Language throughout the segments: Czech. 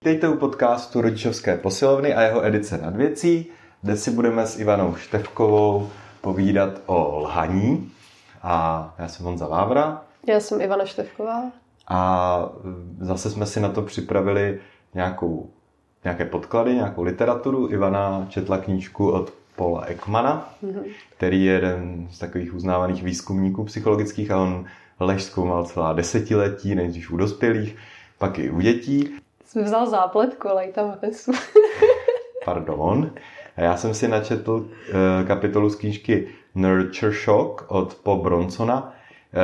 Vítejte u podcastu Rodičovské posilovny a jeho edice Nad věcí. Dnes si budeme s Ivanou Štefkovou povídat o lhaní. A já jsem Honza Vávra. Já jsem Ivana Štefková. A zase jsme si na to připravili nějaké podklady, nějakou literaturu. Ivana četla knížku od Paula Ekmana, který je jeden z takových uznávaných výzkumníků psychologických a on lež zkoumal celá desetiletí, nejdřív u dospělých, pak i u dětí. Jsi vzal zápletku, ale i tam nesu. Pardon. A já jsem si načetl kapitolu z knížky Nurture Shock od Paula Bronsona,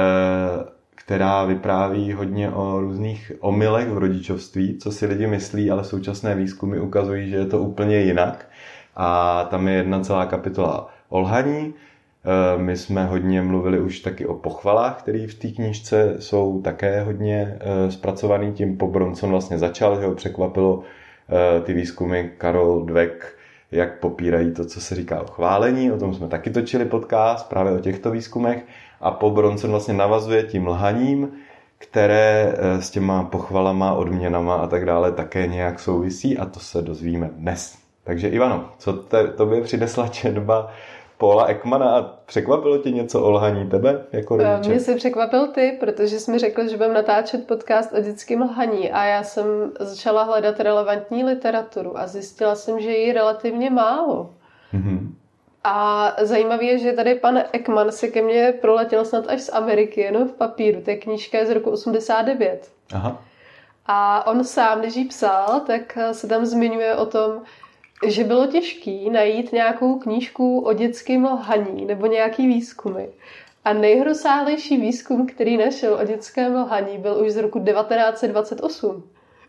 která vypráví hodně o různých omylech v rodičovství, co si lidi myslí, ale současné výzkumy ukazují, že je to úplně jinak. A tam je jedna celá kapitola o lhaní. My jsme hodně mluvili už taky o pochvalách, které v té knížce jsou také hodně zpracovaný. Tím Paul Bronson vlastně začal, že ho překvapilo ty výzkumy Carol Dweck, jak popírají to, co se říká o chválení. O tom jsme taky točili podcast, právě o těchto výzkumech. A Paul Bronson vlastně navazuje tím lhaním, které s těma pochvalama, odměnama a tak dále také nějak souvisí a to se dozvíme dnes. Takže Ivano, co tobě přinesla četba Paula Ekmana a překvapilo tě něco o lhaní tebe jako rodiče? Mě si překvapil ty, protože jsi mi řekl, že budeme natáčet podcast o dětském lhaní a já jsem začala hledat relevantní literaturu a zjistila jsem, že je jí relativně málo. Mm-hmm. A zajímavé je, že tady pan Ekman se ke mně proletěl snad až z Ameriky, jenom v papíru. To je knížka z roku 89. Aha. A on sám, když ji psal, tak se tam zmiňuje o tom, že bylo těžké najít nějakou knížku o dětském lhaní nebo nějaký výzkumy. A nejrozsáhlejší výzkum, který našel o dětském lhaní, byl už z roku 1928.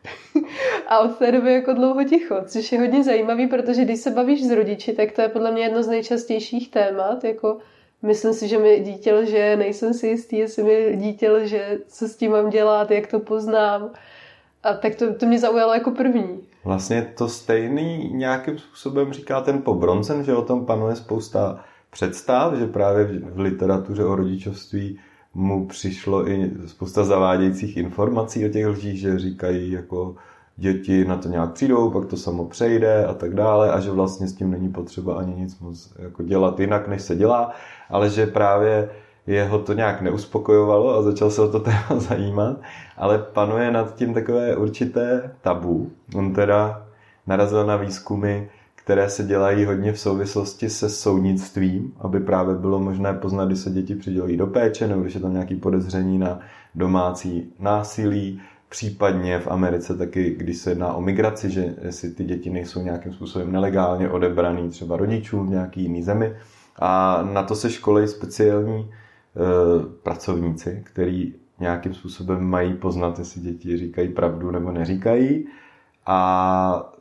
A od té doby jako dlouho ticho, což je hodně zajímavý, protože když se bavíš s rodiči, tak to je podle mě jedno z nejčastějších témat. Jako, myslím si, že mi dítě lže, nejsem si jistý, jestli mi dítě lže, co s tím mám dělat, jak to poznám. A tak to mě zaujalo jako první. Vlastně to stejný nějakým způsobem říká ten Paul Bronson, že o tom panuje spousta představ, že právě v literatuře o rodičovství mu přišlo i spousta zavádějících informací o těch lžích, že říkají jako děti na to nějak přijdou, pak to samo přejde a tak dále a že vlastně s tím není potřeba ani nic moc jako dělat jinak, než se dělá, ale že právě jeho to nějak neuspokojovalo a začal se o to téma zajímat, ale panuje nad tím takové určité tabu. On teda narazil na výzkumy, které se dělají hodně v souvislosti se soudnictvím, aby právě bylo možné poznat, když se děti přidělují do péče, nebo když je tam nějaké podezření na domácí násilí, případně v Americe taky, když se jedná o migraci, že jestli ty děti nejsou nějakým způsobem nelegálně odebraný třeba rodičům v nějaký jiný zemi. A na to se školí speciální pracovníci, který nějakým způsobem mají poznat, jestli děti říkají pravdu nebo neříkají. A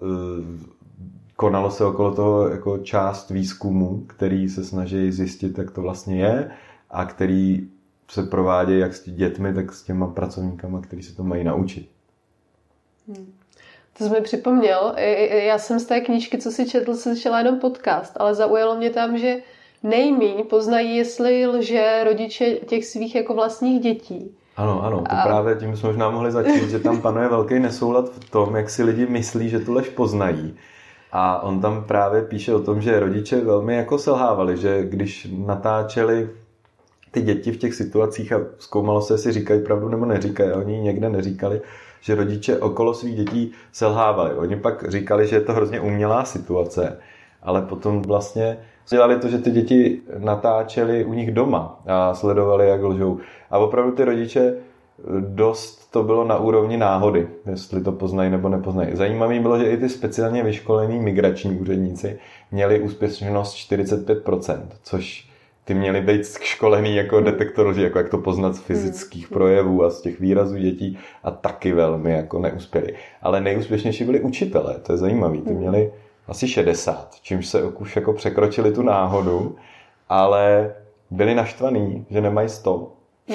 konalo se okolo toho jako část výzkumu, který se snaží zjistit, jak to vlastně je a který se provádějí jak s dětmi, tak s těma pracovníkama, kteří se to mají naučit. To jsi mi připomněl. Já jsem z té knížky, co si četl, slyšela jenom podcast, ale zaujalo mě tam, že nejmíň poznají, jestli lže rodiče těch svých jako vlastních dětí. Ano, to právě tím jsme možná mohli začít, že tam panuje velký nesoulad v tom, jak si lidi myslí, že tu lež poznají. A on tam právě píše o tom, že rodiče velmi jako selhávali, že když natáčeli ty děti v těch situacích a zkoumalo se, jestli říkají pravdu nebo neříkají, a oni někde neříkali, že rodiče okolo svých dětí selhávali. Oni pak říkali, že je to hrozně umělá situace, ale potom vlastně dělali to, že ty děti natáčeli u nich doma a sledovali, jak lžou. A opravdu ty rodiče dost to bylo na úrovni náhody, jestli to poznají nebo nepoznají. Zajímavé bylo, že i ty speciálně vyškolení migrační úředníci měli úspěšnost 45%, což ty měli být školený jako detektor lži, jako jak to poznat z fyzických projevů a z těch výrazů dětí a taky velmi jako neuspěli. Ale nejúspěšnější byli učitelé, to je zajímavé, ty měli asi 60, čímž se už jako překročili tu náhodu, ale byli naštvaný, že nemají 100.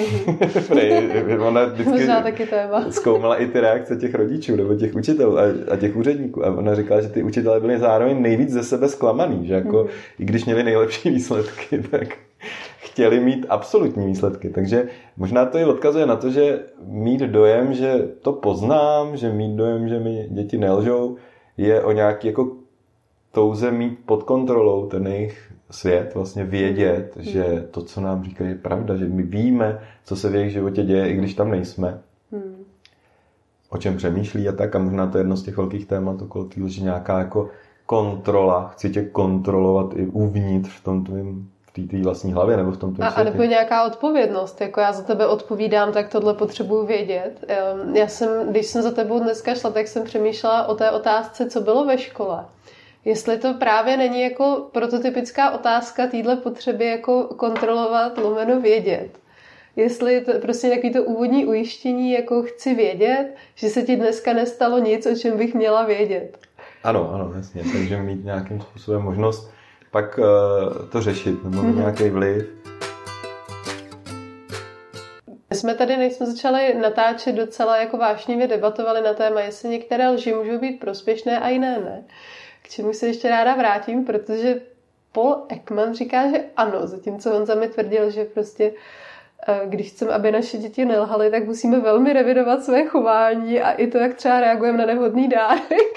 Ona vždycky zkoumala i ty reakce těch rodičů nebo těch učitelů a těch úředníků a ona říkala, že ty učitelé byli zároveň nejvíc ze sebe zklamaný, že jako i když měli nejlepší výsledky, tak chtěli mít absolutní výsledky. Takže možná to i odkazuje na to, že mít dojem, že to poznám, že mít dojem, že mi děti nelžou, je o nějaký jako touze mít pod kontrolou ten jejich svět, vlastně vědět, že to, co nám říkají, je pravda, že my víme, co se v jejich životě děje, i když tam nejsme. O čem přemýšlí a tak. A možná to je jedno z těch velkých témat okolo té lži, nějaká jako kontrola. Chci tě kontrolovat i uvnitř v tom tvým, v té vlastní hlavě nebo v tom tvém světě. A nebo nějaká odpovědnost. Jako já za tebe odpovídám, tak tohle potřebuju vědět. Když jsem za tebou dneska šla, tak jsem přemýšlela o té otázce, co bylo ve škole. Jestli to právě není jako prototypická otázka téhle potřeby jako kontrolovat, lomeno vědět. Jestli to prostě takový to úvodní ujištění, jako chci vědět, že se ti dneska nestalo nic, o čem bych měla vědět. Ano, jasně. Takže mít nějakým způsobem možnost pak to řešit, nebo mít nějaký vliv. My jsme tady, než jsme začali natáčet, docela jako vášnivě debatovali na téma, jestli některé lži můžou být prospěšné a jiné ne. K čemu se ještě ráda vrátím, protože Paul Ekman říká, že ano, zatímco Honza mi tvrdil, že prostě když chceme, aby naše děti nelhaly, tak musíme velmi revidovat své chování a i to, jak třeba reagujeme na nevhodný dárek.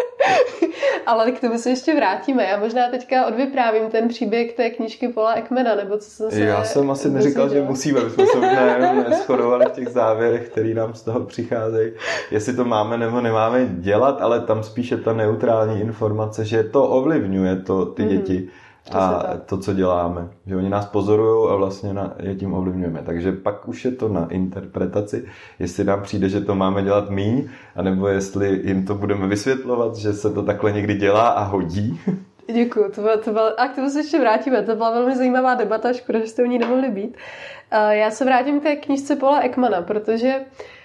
Ale k tomu se ještě vrátíme. Já možná teďka odvyprávím ten příběh té knížky Paula Ekmana, nebo co jsem se... Já jsem asi neříkal, že musíme, my jsme se jenom neshodovali v těch závěrech, který nám z toho přicházejí. Jestli to máme nebo nemáme dělat, ale tam spíše ta neutrální informace, že to ovlivňuje ty děti. A to, co děláme. Že oni nás pozorujou a vlastně je tím ovlivňujeme. Takže pak už je to na interpretaci, jestli nám přijde, že to máme dělat míň, anebo jestli jim to budeme vysvětlovat, že se to takhle někdy dělá a hodí. Děkuju. A k tomu se ještě vrátíme. To byla velmi zajímavá debata, škoda, že jste u ní nemohli být. Já se vrátím k té knížce Paula Ekmana, protože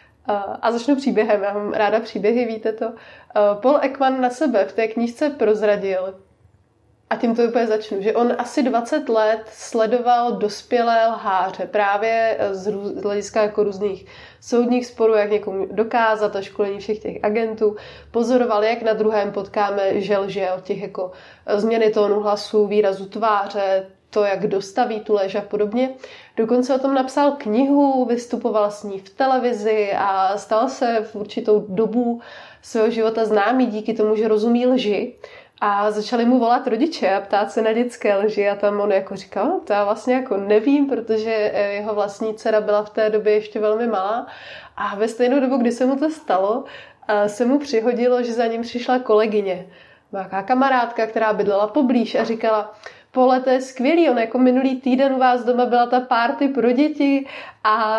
a začnu příběhem. Já mám ráda příběhy, víte to. Paul Ekman na sebe v té knížce prozradil, a tím to úplně začnu, že on asi 20 let sledoval dospělé lháře právě z hlediska jako různých soudních sporů, jak někomu dokázat a školení všech těch agentů. Pozoroval, jak na druhém potkáme želže od těch jako změny tónu hlasu, výrazu tváře, to, jak dostaví tu lež a podobně. Dokonce o tom napsal knihu, vystupoval s ní v televizi a stal se v určitou dobu svého života známý díky tomu, že rozumí lži. A začali mu volat rodiče a ptát se na dětské lži a tam on jako říkal, no to já vlastně jako nevím, protože jeho vlastní dcera byla v té době ještě velmi malá a ve stejnou dobu, kdy se mu to stalo, se mu přihodilo, že za ním přišla kolegyně, nějaká kamarádka, která bydlela poblíž a říkala, Pole, to je skvělý, on jako minulý týden u vás doma byla ta party pro děti a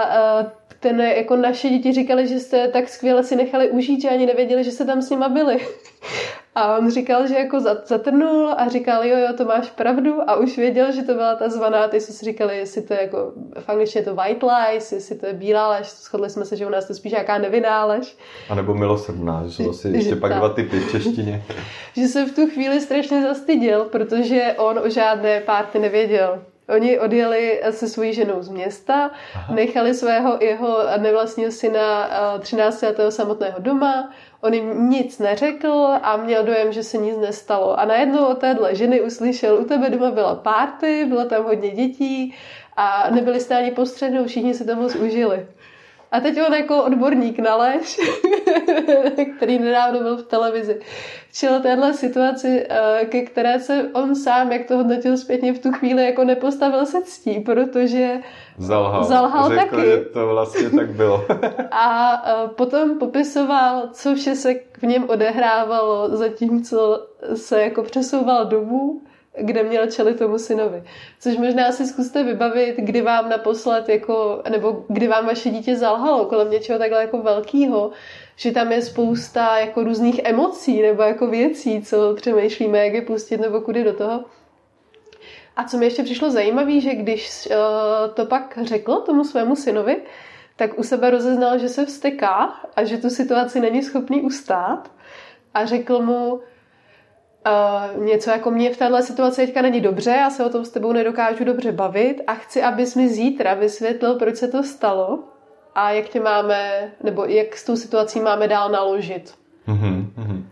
jako naše děti říkali, že jste tak skvěle si nechali užít, že ani nevěděli, že se tam s nima byli. A on říkal, že jako zatrnul a říkal, jo, to máš pravdu a už věděl, že to byla ta zvaná, ty jsme si říkali, jestli to je jako, v angličtině je to white lies, jestli to je bílá lež, shodli jsme se, že u nás to spíš nějaká nevinná lež. A nebo milosrdná, že jsou asi ještě pak dva typy v češtině. Že se v tu chvíli strašně zastyděl, protože on o žádné party nevěděl. Oni odjeli se svojí ženou z města, nechali jeho nevlastního syna 13 letého samotného doma, on jim nic neřekl a měl dojem, že se nic nestalo. A najednou od téhle ženy uslyšel, u tebe doma byla party, bylo tam hodně dětí a nebyli jste ani postřehnout, všichni si to moc užili. A teď on jako odborník na lež, který nedávno byl v televizi, čel téhle situaci, ke které se on sám, jak to hodnotil zpětně v tu chvíli, jako nepostavil se ctí, protože zalhal řekl, taky. Že to vlastně tak bylo. A potom popisoval, co vše se v něm odehrávalo, zatímco se jako přesouval domů, kde měl čelit tomu synovi. Což možná si zkuste vybavit, kdy vám naposled, jako, nebo kdy vám vaše dítě zalhalo kolem něčeho takhle jako velkýho, že tam je spousta jako různých emocí nebo jako věcí, co přemýšlíme, jak je pustit nebo kudy do toho. A co mi ještě přišlo zajímavé, že když to pak řekl tomu svému synovi, tak u sebe rozeznal, že se vzteká a že tu situaci není schopný ustát a řekl mu, něco jako mě v této situaci teďka není dobře, já se o tom s tebou nedokážu dobře bavit a chci, abys mi zítra vysvětlil, proč se to stalo a jak tě máme, nebo jak s tou situací máme dál naložit.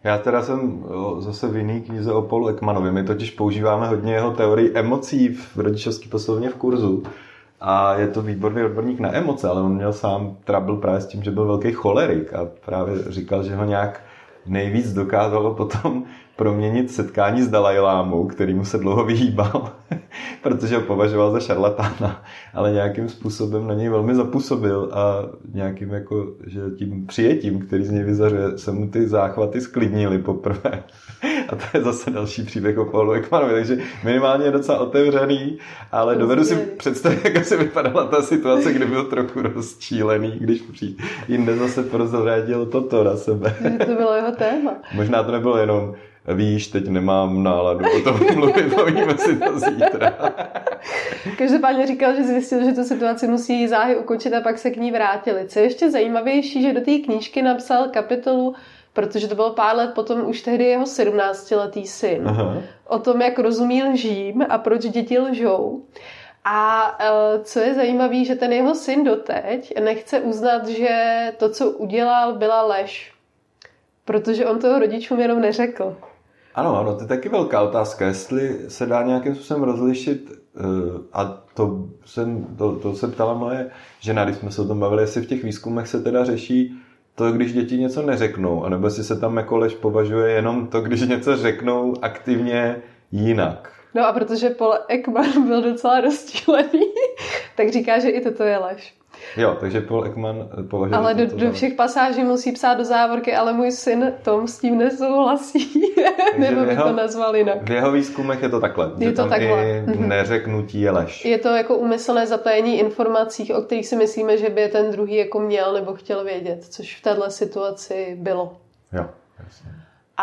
Já teda jsem zase v jiný knize o Paulu Ekmanovi. My totiž používáme hodně jeho teorii emocí v rodičovský poslovně v kurzu. A je to výborný odborník na emoce, ale on měl sám trouble právě s tím, že byl velký cholerik a právě říkal, že ho nějak nejvíc dokázalo potom proměnit setkání s Dalajlámou, který mu se dlouho vyhýbal, protože ho považoval za šarlatána, ale nějakým způsobem na něj velmi zapůsobil a nějakým jako, že tím přijetím, který z něj vyzařuje, se mu ty záchvaty sklidnily poprvé. A to je zase další příběh o Paulu Ekmanovi, takže minimálně je docela otevřený, ale dovedu si představit, jak asi vypadala ta situace, kdy byl trochu rozčílený, když jinde zase prozradil toto na sebe. To bylo jeho téma. Možná to nebylo jenom víš, teď nemám náladu o tom mluvit, povíme si to zítra. Každopádně říkal, že zjistil, že tu situaci musí záhy ukončit a pak se k ní vrátili. Co je ještě zajímavější, že do té knížky napsal kapitolu, protože to bylo pár let potom už tehdy jeho 17letý syn. Aha. O tom, jak rozumí lžím a proč děti lžou. A co je zajímavé, že ten jeho syn doteď nechce uznat, že to, co udělal, byla lež. Protože on toho rodičům jenom neřekl. Ano, to je taky velká otázka, jestli se dá nějakým způsobem rozlišit, a to se ptala moje žena, když jsme se o tom bavili, jestli v těch výzkumech se teda řeší to, když děti něco neřeknou, anebo jestli se tam jako lež považuje jenom to, když něco řeknou aktivně jinak. No a protože Paul Ekman byl docela rozčílený, tak říká, že i toto je lež. Jo, takže Paul Ekman považuje... Ale do všech pasáží musí psát do závorky, ale můj syn Tom s tím nesouhlasí. Nebo by to nazval jinak. V jeho výzkumech je to takhle. Je to takhle. I neřeknutí je lež. Je to jako úmyslné zatajení informací, o kterých si myslíme, že by ten druhý jako měl nebo chtěl vědět, což v této situaci bylo. Jo, jasně.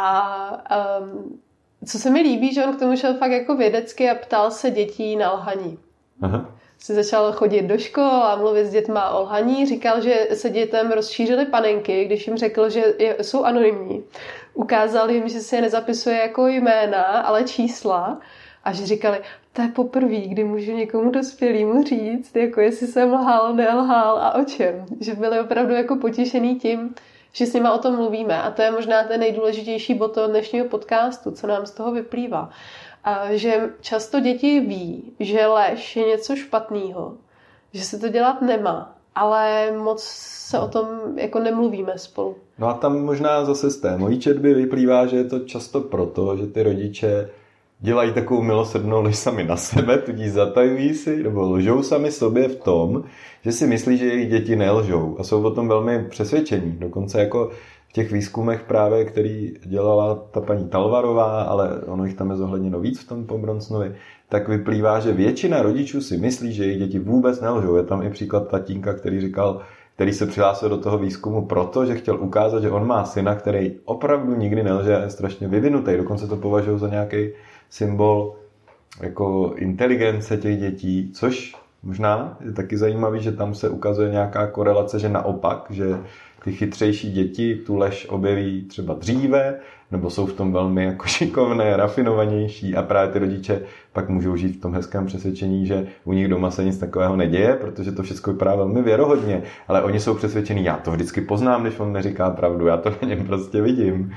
A co se mi líbí, že on k tomu šel fakt jako vědecky a ptal se dětí na lhaní. Aha. Si začal chodit do škol a mluvit s dětma o lhaní. Říkal, že se dětem rozšířily panenky, když jim řekl, že jsou anonymní. Ukázal jim, že se je nezapisuje jako jména, ale čísla. A že říkali, to je poprvé, kdy můžu někomu dospělému říct, jako jestli jsem lhal, nelhal a o čem. Že byli opravdu jako potěšený tím, že s nima o tom mluvíme. A to je možná ten nejdůležitější bod toho dnešního podcastu, co nám z toho vyplývá. A že často děti ví, že lež je něco špatného, že se to dělat nemá, ale moc se o tom jako nemluvíme spolu. No a tam možná zase z té mojí četby vyplývá, že je to často proto, že ty rodiče dělají takovou milosrdnou lež sami na sebe, tudíž zatajují si nebo lžou sami sobě v tom, že si myslí, že jejich děti nelžou a jsou o tom velmi přesvědčení. Dokonce jako v těch výzkumech právě, který dělala ta paní Talvarová, ale ono jich tam je zohledněno víc v tom Pobronsnovi, tak vyplývá, že většina rodičů si myslí, že jejich děti vůbec nelžou. Je tam i příklad tatínka, který se přihlásil do toho výzkumu proto, že chtěl ukázat, že on má syna, který opravdu nikdy nelže a je strašně vyvinutý. Dokonce to považují za nějaký symbol jako inteligence těch dětí, což možná je taky zajímavý, že tam se ukazuje nějaká korelace, že naopak, že ty chytřejší děti tu lež objeví třeba dříve, nebo jsou v tom velmi jako šikovné, rafinovanější a právě ty rodiče pak můžou žít v tom hezkém přesvědčení, že u nich doma se nic takového neděje, protože to všechno vypadá velmi věrohodně, ale oni jsou přesvědčení, já to vždycky poznám, když on neříká pravdu, já to na něm prostě vidím.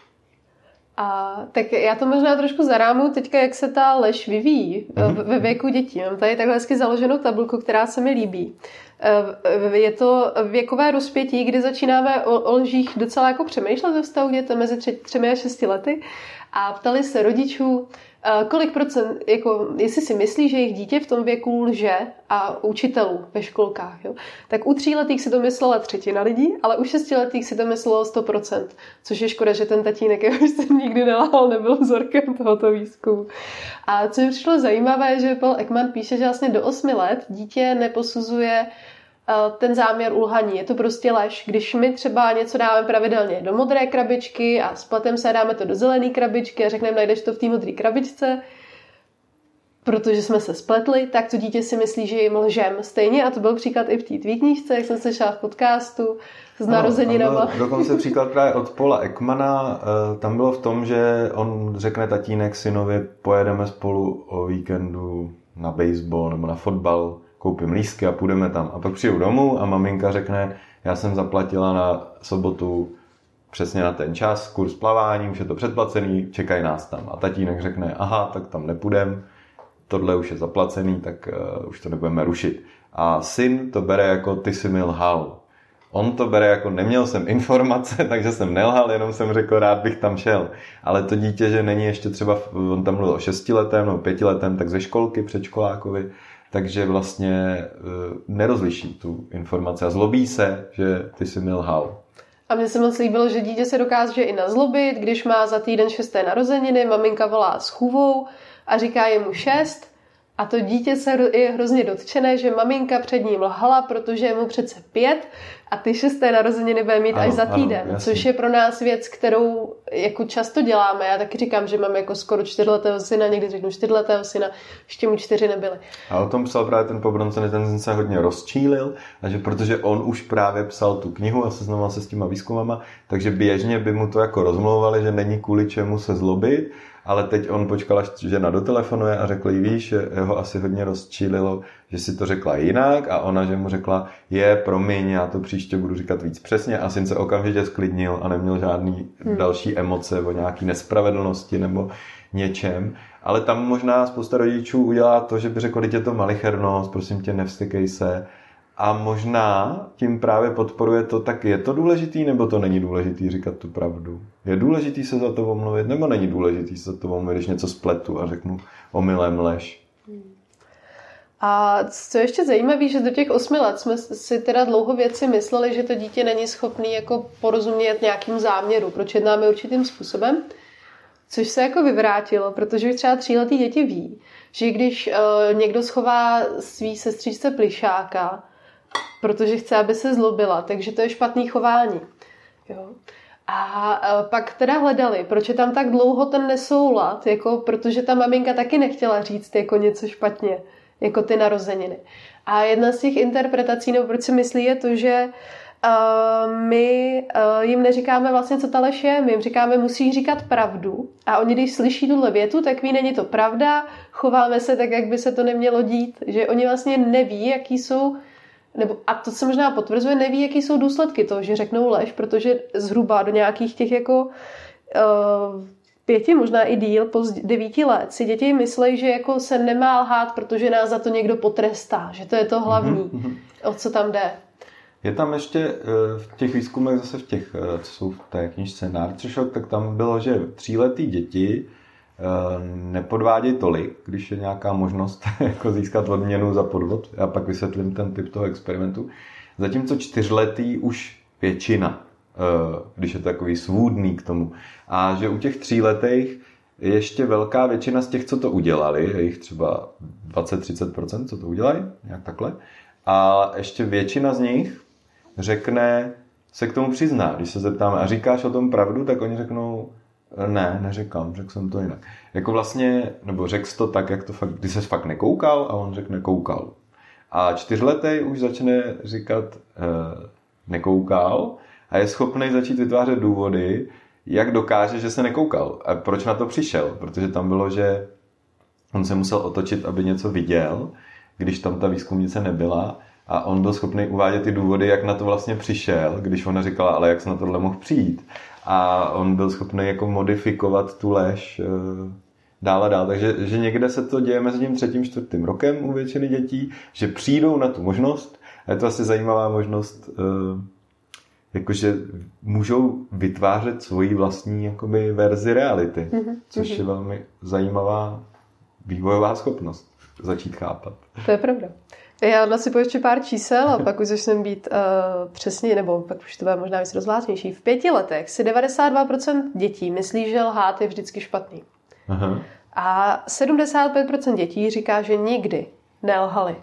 A tak já to možná trošku zarámuju teďka, jak se ta lež vyvíjí ve věku dětí. Mám tady takhle hezky založenou tabulku, která se mi líbí. Je to věkové rozpětí, kdy začínáme o lžích docela jako přemýšlet ve vztahu dětem mezi 3 a 6 lety a ptali se rodičů, kolik procent, jako, jestli si myslí, že jejich dítě v tom věku lže a učitelů ve školkách. Jo? Tak u 3letých si to myslela 1/3 lidí, ale u 6letých si to myslelo 100%. Což je škoda, že ten tatínek, jehož jsem nikdy nelhal, nebyl vzorkem tohoto výzkumu. A co mi přišlo zajímavé, že Paul Ekman píše, že vlastně do 8 let dítě neposuzuje ten záměr ulhaní. Je to prostě lež. Když my třeba něco dáme pravidelně do modré krabičky a spletem se dáme to do zelené krabičky a řekneme, najdeš to v té modré krabičce, protože jsme se spletli, tak to dítě si myslí, že jim lžem stejně. A to byl příklad i v té tvý knížce, jak jsem slyšela v podcastu s narozeninama. Dokonce příklad právě od Paula Ekmana, tam bylo v tom, že on řekne tatínek synovi, pojedeme spolu o víkendu na baseball nebo na fotbal, koupím lístky a půjdeme tam. A pak přijdu domů a maminka řekne, já jsem zaplatila na sobotu přesně na ten čas, kurz plavání, už je to předplacený, čekají nás tam. A tatínek řekne, aha, tak tam nepůjdem, tohle už je zaplacený, tak už to nebudeme rušit. A syn to bere jako ty jsi mi lhal. On to bere jako neměl jsem informace, takže jsem nelhal, jenom jsem řekl, rád bych tam šel. Ale to dítě, že není ještě třeba, on tam mluvil o 6letém nebo 5letém, tak ze školky, předškolákovi, takže vlastně nerozliší tu informaci a zlobí se, že ty jsi mi lhal. A mně se moc líbilo, že dítě se dokáže i nazlobit, když má za týden 6. narozeniny, maminka volá s chůvou a říká jemu 6 a to dítě je hrozně dotčené, že maminka před ním lhala, protože je mu přece 5 a ty 6. narozeniny bude mít až za týden, což je pro nás věc, kterou jako často děláme. Já taky říkám, že mám jako skoro 4letého syna, někdy řeknu 4letého syna, ještě mu 4 nebyly. A o tom psal právě ten Pobroncený, ten se hodně rozčílil, a že protože on už právě psal tu knihu a seznamoval se s těma výzkumama, takže běžně by mu to jako rozmlouvali, že není kvůli čemu se zlobit, ale teď on počkal, až žena dotelefonuje a řekl jí, víš, že ho asi hodně rozčílilo, že si to řekla jinak a ona, že mu řekla, promiň, já to příště budu říkat víc přesně a syn se okamžitě sklidnil a neměl žádný další emoce o nějaký nespravedlnosti nebo něčem. Ale tam možná spousta rodičů udělá to, že by řekl, že je to malichernost, prosím tě, nevstykej se. A možná tím právě podporuje to, tak je to důležitý, nebo to není důležitý říkat tu pravdu? Je důležitý se za to omluvit, nebo není důležitý se za to omluvit, když něco spletu a řeknu omylem lež? A co ještě zajímavé, že do těch 8 let jsme si teda dlouho věci mysleli, že to dítě není schopný jako porozumět nějakým záměru, proč jednáme určitým způsobem, což se jako vyvrátilo, protože už třeba 3letý děti ví, že když někdo schová svý sestřičce plišáka, protože chce, aby se zlobila, takže to je špatný chování. Jo? A pak teda hledali, proč je tam tak dlouho ten nesoulad, jako, protože ta maminka taky nechtěla říct jako něco špatně, jako ty narozeniny. A jedna z těch interpretací, nebo proč si myslí, je to, že my jim neříkáme vlastně, co ta lež je, my jim říkáme, musí říkat pravdu a oni, když slyší tuhle větu, tak ví, není to pravda, chováme se tak, jak by se to nemělo dít, že oni vlastně neví, jaký jsou, nebo, a to se možná potvrzuje, neví, jaký jsou důsledky toho, že řeknou lež, protože zhruba do nějakých těch jako 5, možná i díl, po 9 let si děti myslejí, že jako se nemá lhát, protože nás za to někdo potrestá, že to je to hlavní, o co tam jde. Je tam ještě v těch výzkumech, zase v těch, co jsou v té knížce Nurture Shock, tak tam bylo, že 3letý děti nepodvádějí tolik, když je nějaká možnost jako získat odměnu za podvod. Já pak vysvětlím ten typ toho experimentu. Zatímco 4letý už většina, když je takový svůdný k tomu. A že u těch 3letých je ještě velká většina z těch, co to udělali, je jich třeba 20-30%, co to udělají, nějak takhle. A ještě většina z nich řekne, se k tomu přizná. Když se zeptáme, a říkáš o tom pravdu, tak oni řeknou, ne, neříkám, řekl jsem to jinak. Jako vlastně, nebo řekl jsi to tak, jak to fakt, když ses fakt nekoukal, a on řekne koukal. A 4letý už začne říkat nekoukal a je schopný začít vytvářet důvody, jak dokáže, že se nekoukal. A proč na to přišel? Protože tam bylo, že on se musel otočit, aby něco viděl, když tam ta výzkumnice nebyla, a on byl schopný uvádět ty důvody, jak na to vlastně přišel, když ona říkala, ale jak se na tohle mohl přijít. A on byl schopný jako modifikovat tu lež dál a dál. Takže že někde se to děje mezi tím 3. 4. rokem u většiny dětí, že přijdou na tu možnost. A je to asi zajímavá možnost, jakože můžou vytvářet svoji vlastní jakoby verzi reality, což je velmi zajímavá vývojová schopnost začít chápat. To je pravda. Já nasypu ještě pár čísel a pak už začneme být přesně, nebo pak už to bude možná víc rozvláštnější. V 5 letech si 92% dětí myslí, že lhát je vždycky špatný. Aha. A 75% dětí říká, že nikdy nelhali.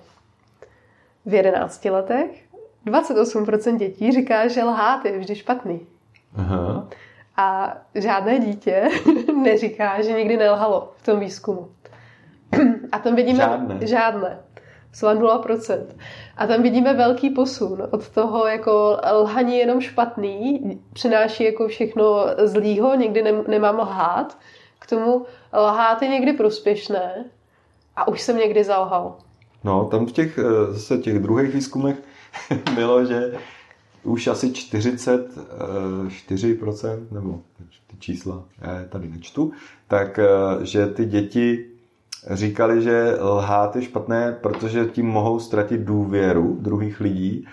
V 11 letech 28% dětí říká, že lhát je vždy špatný. Aha. A žádné dítě neříká, že nikdy nelhalo v tom výzkumu. A tam vidíme... Žádné. Jsou 0%. A tam vidíme velký posun od toho, jako lhaní jenom špatný, přináší jako všechno zlýho, někdy nemám lhát, k tomu lhát je někdy prospěšné a už jsem někdy zalhal. No, tam v těch, zase těch druhých výzkumech bylo, že už asi 44%, nebo ty čísla já je tady nečtu, tak že ty děti říkali, že lhát je špatné, protože tím mohou ztratit důvěru druhých lidí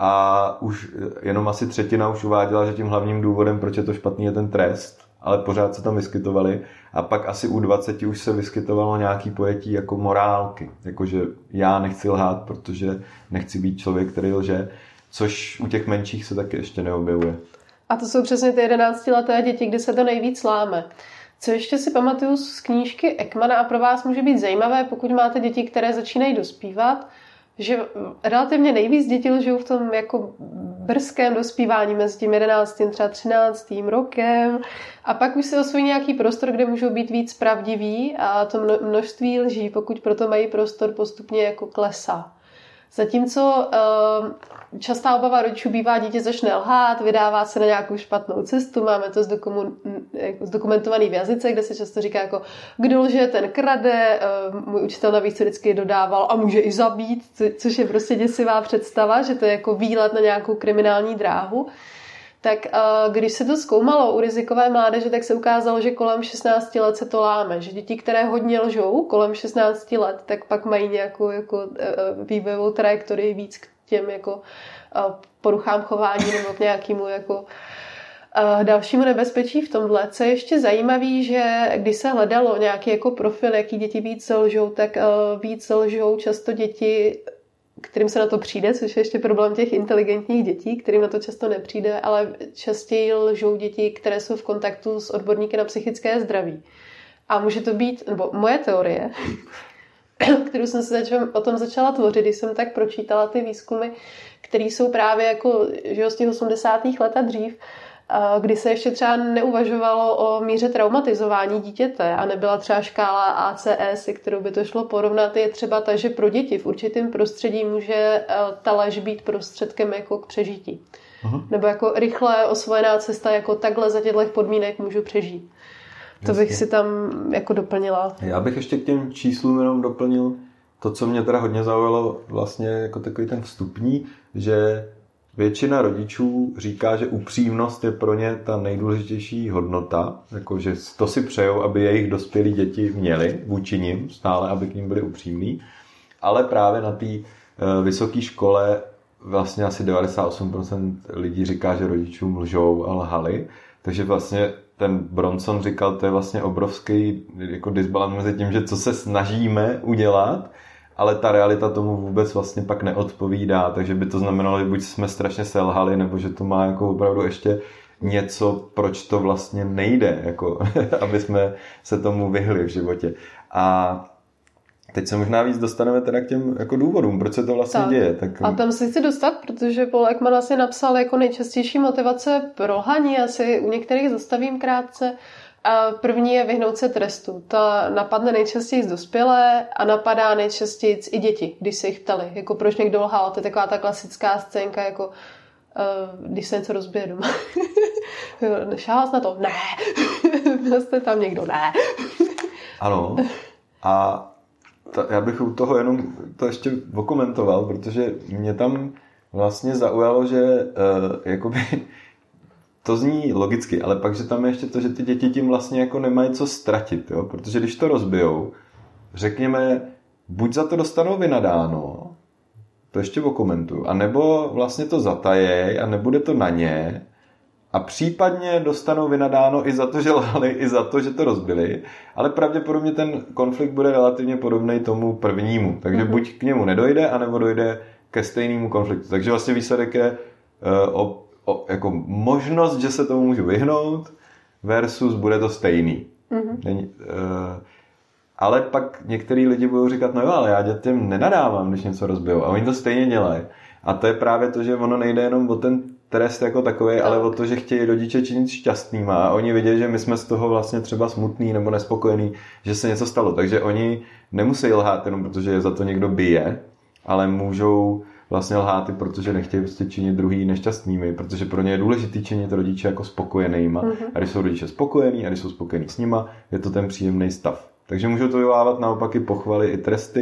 a už jenom asi třetina už uváděla, že tím hlavním důvodem, proč je to špatný, je ten trest, ale pořád se tam vyskytovali a pak asi u 20 už se vyskytovalo nějaký pojetí jako morálky, jakože já nechci lhát, protože nechci být člověk, který lže, což u těch menších se taky ještě neobjevuje. A to jsou přesně ty 11leté děti, kdy se to nejvíc láme. Co ještě si pamatuju z knížky Ekmana a pro vás může být zajímavé, pokud máte děti, které začínají dospívat, že relativně nejvíc děti lžou v tom jako brzkém dospívání mezi tím 11. třeba 13. rokem a pak už si osvojí nějaký prostor, kde můžou být víc pravdiví a to množství lží, pokud proto mají prostor, postupně jako klesá. Zatímco častá obava rodičů bývá, dítě začne lhát, vydává se na nějakou špatnou cestu, máme to zdokumentovaný v jazyce, kde se často říká jako kdo lže, ten krade, můj učitel navíc vždycky dodával a může i zabít, což je prostě děsivá představa, že to je jako výlet na nějakou kriminální dráhu. Tak když se to zkoumalo u rizikové mládeže, tak se ukázalo, že kolem 16 let se to láme. Že děti, které hodně lžou kolem 16 let, tak pak mají nějakou jako vývojovou trajektorii víc k těm jako poruchám chování nebo k nějakému jako dalšímu nebezpečí v tomhle. Co je ještě zajímavé, že když se hledalo nějaký jako profil, jaký děti víc lžou, tak víc lžou často děti, kterým se na to přijde, což je ještě problém těch inteligentních dětí, kterým na to často nepřijde, ale častěji lžou děti, které jsou v kontaktu s odborníky na psychické zdraví. A může to být, nebo moje teorie, kterou jsem se o tom začala tvořit, když jsem tak pročítala ty výzkumy, které jsou právě jako že z těch 80. let a dřív, kdy se ještě třeba neuvažovalo o míře traumatizování dítěte a nebyla třeba škála ACS, kterou by to šlo porovnat, je třeba ta, že pro děti v určitém prostředí může ta lež být prostředkem jako k přežití. Aha. Nebo jako rychle osvojená cesta, jako takhle za těchto podmínek můžu přežít. To bych si tam jako doplnila. Já bych ještě k těm číslům jenom doplnil to, co mě teda hodně zaujalo vlastně jako takový ten vstupní, že většina rodičů říká, že upřímnost je pro ně ta nejdůležitější hodnota, jakože to si přejou, aby jejich dospělí děti měli vůči nim stále, aby k nim byli upřímní, ale právě na té vysoké škole vlastně asi 98% lidí říká, že rodičům lžou a lhali, takže vlastně ten Bronson říkal, to je vlastně obrovský jako disbalans mezi tím, že co se snažíme udělat, ale ta realita tomu vůbec vlastně pak neodpovídá, takže by to znamenalo, že buď jsme strašně selhali, nebo že to má jako opravdu ještě něco, proč to vlastně nejde, jako, aby jsme se tomu vyhli v životě. A teď se možná víc dostaneme teda k těm jako důvodům, proč se to vlastně děje. Tak... A tam se chci dostat, protože Paul Ekman asi napsal jako nejčastější motivace pro lhaní, asi u některých zastavím krátce. A první je vyhnout se trestu. Ta napadne nejčastěji z dospělé a napadá nejčastěji i děti, když se jich ptali. Jako proč někdo lhal, to je taková ta klasická scénka, jako když se něco rozbije doma. Šáhal jsi na to? Ne. Byl jste tam někdo? Ne. Ano. A já bych u toho jenom to ještě okomentoval, protože mě tam vlastně zaujalo, že jakoby to zní logicky, ale pak, že tam je ještě to, že ty děti tím vlastně jako nemají co ztratit, jo? Protože když to rozbijou, řekněme, buď za to dostanou vynadáno, to ještě okomentuju, anebo vlastně to zatajej a nebude to na ně a případně dostanou vynadáno i za to, že lhali, i za to, že to rozbili, ale pravděpodobně ten konflikt bude relativně podobný tomu prvnímu, takže buď k němu nedojde, anebo dojde ke stejnému konfliktu. Takže vlastně výsledek je jako možnost, že se tomu můžu vyhnout versus bude to stejný. Ale pak některý lidi budou říkat, no jo, ale já dětem nenadávám, když něco rozbijou. A oni to stejně dělají. A to je právě to, že ono nejde jenom o ten trest jako takový, ale o to, že chtějí rodiče činit šťastnýma. A oni vidí, že my jsme z toho vlastně třeba smutný nebo nespokojení, že se něco stalo. Takže oni nemusí lhát jenom protože je za to někdo bije, ale můžou vlastně lhát i protože nechtějí prostě činit druhý nešťastnými, protože pro ně je důležitý činit rodiče jako spokojenýma. A když jsou rodiče spokojení a když jsou spokojení s nima, je to ten příjemný stav. Takže můžou to vyvolávat naopak i pochvaly, i tresty,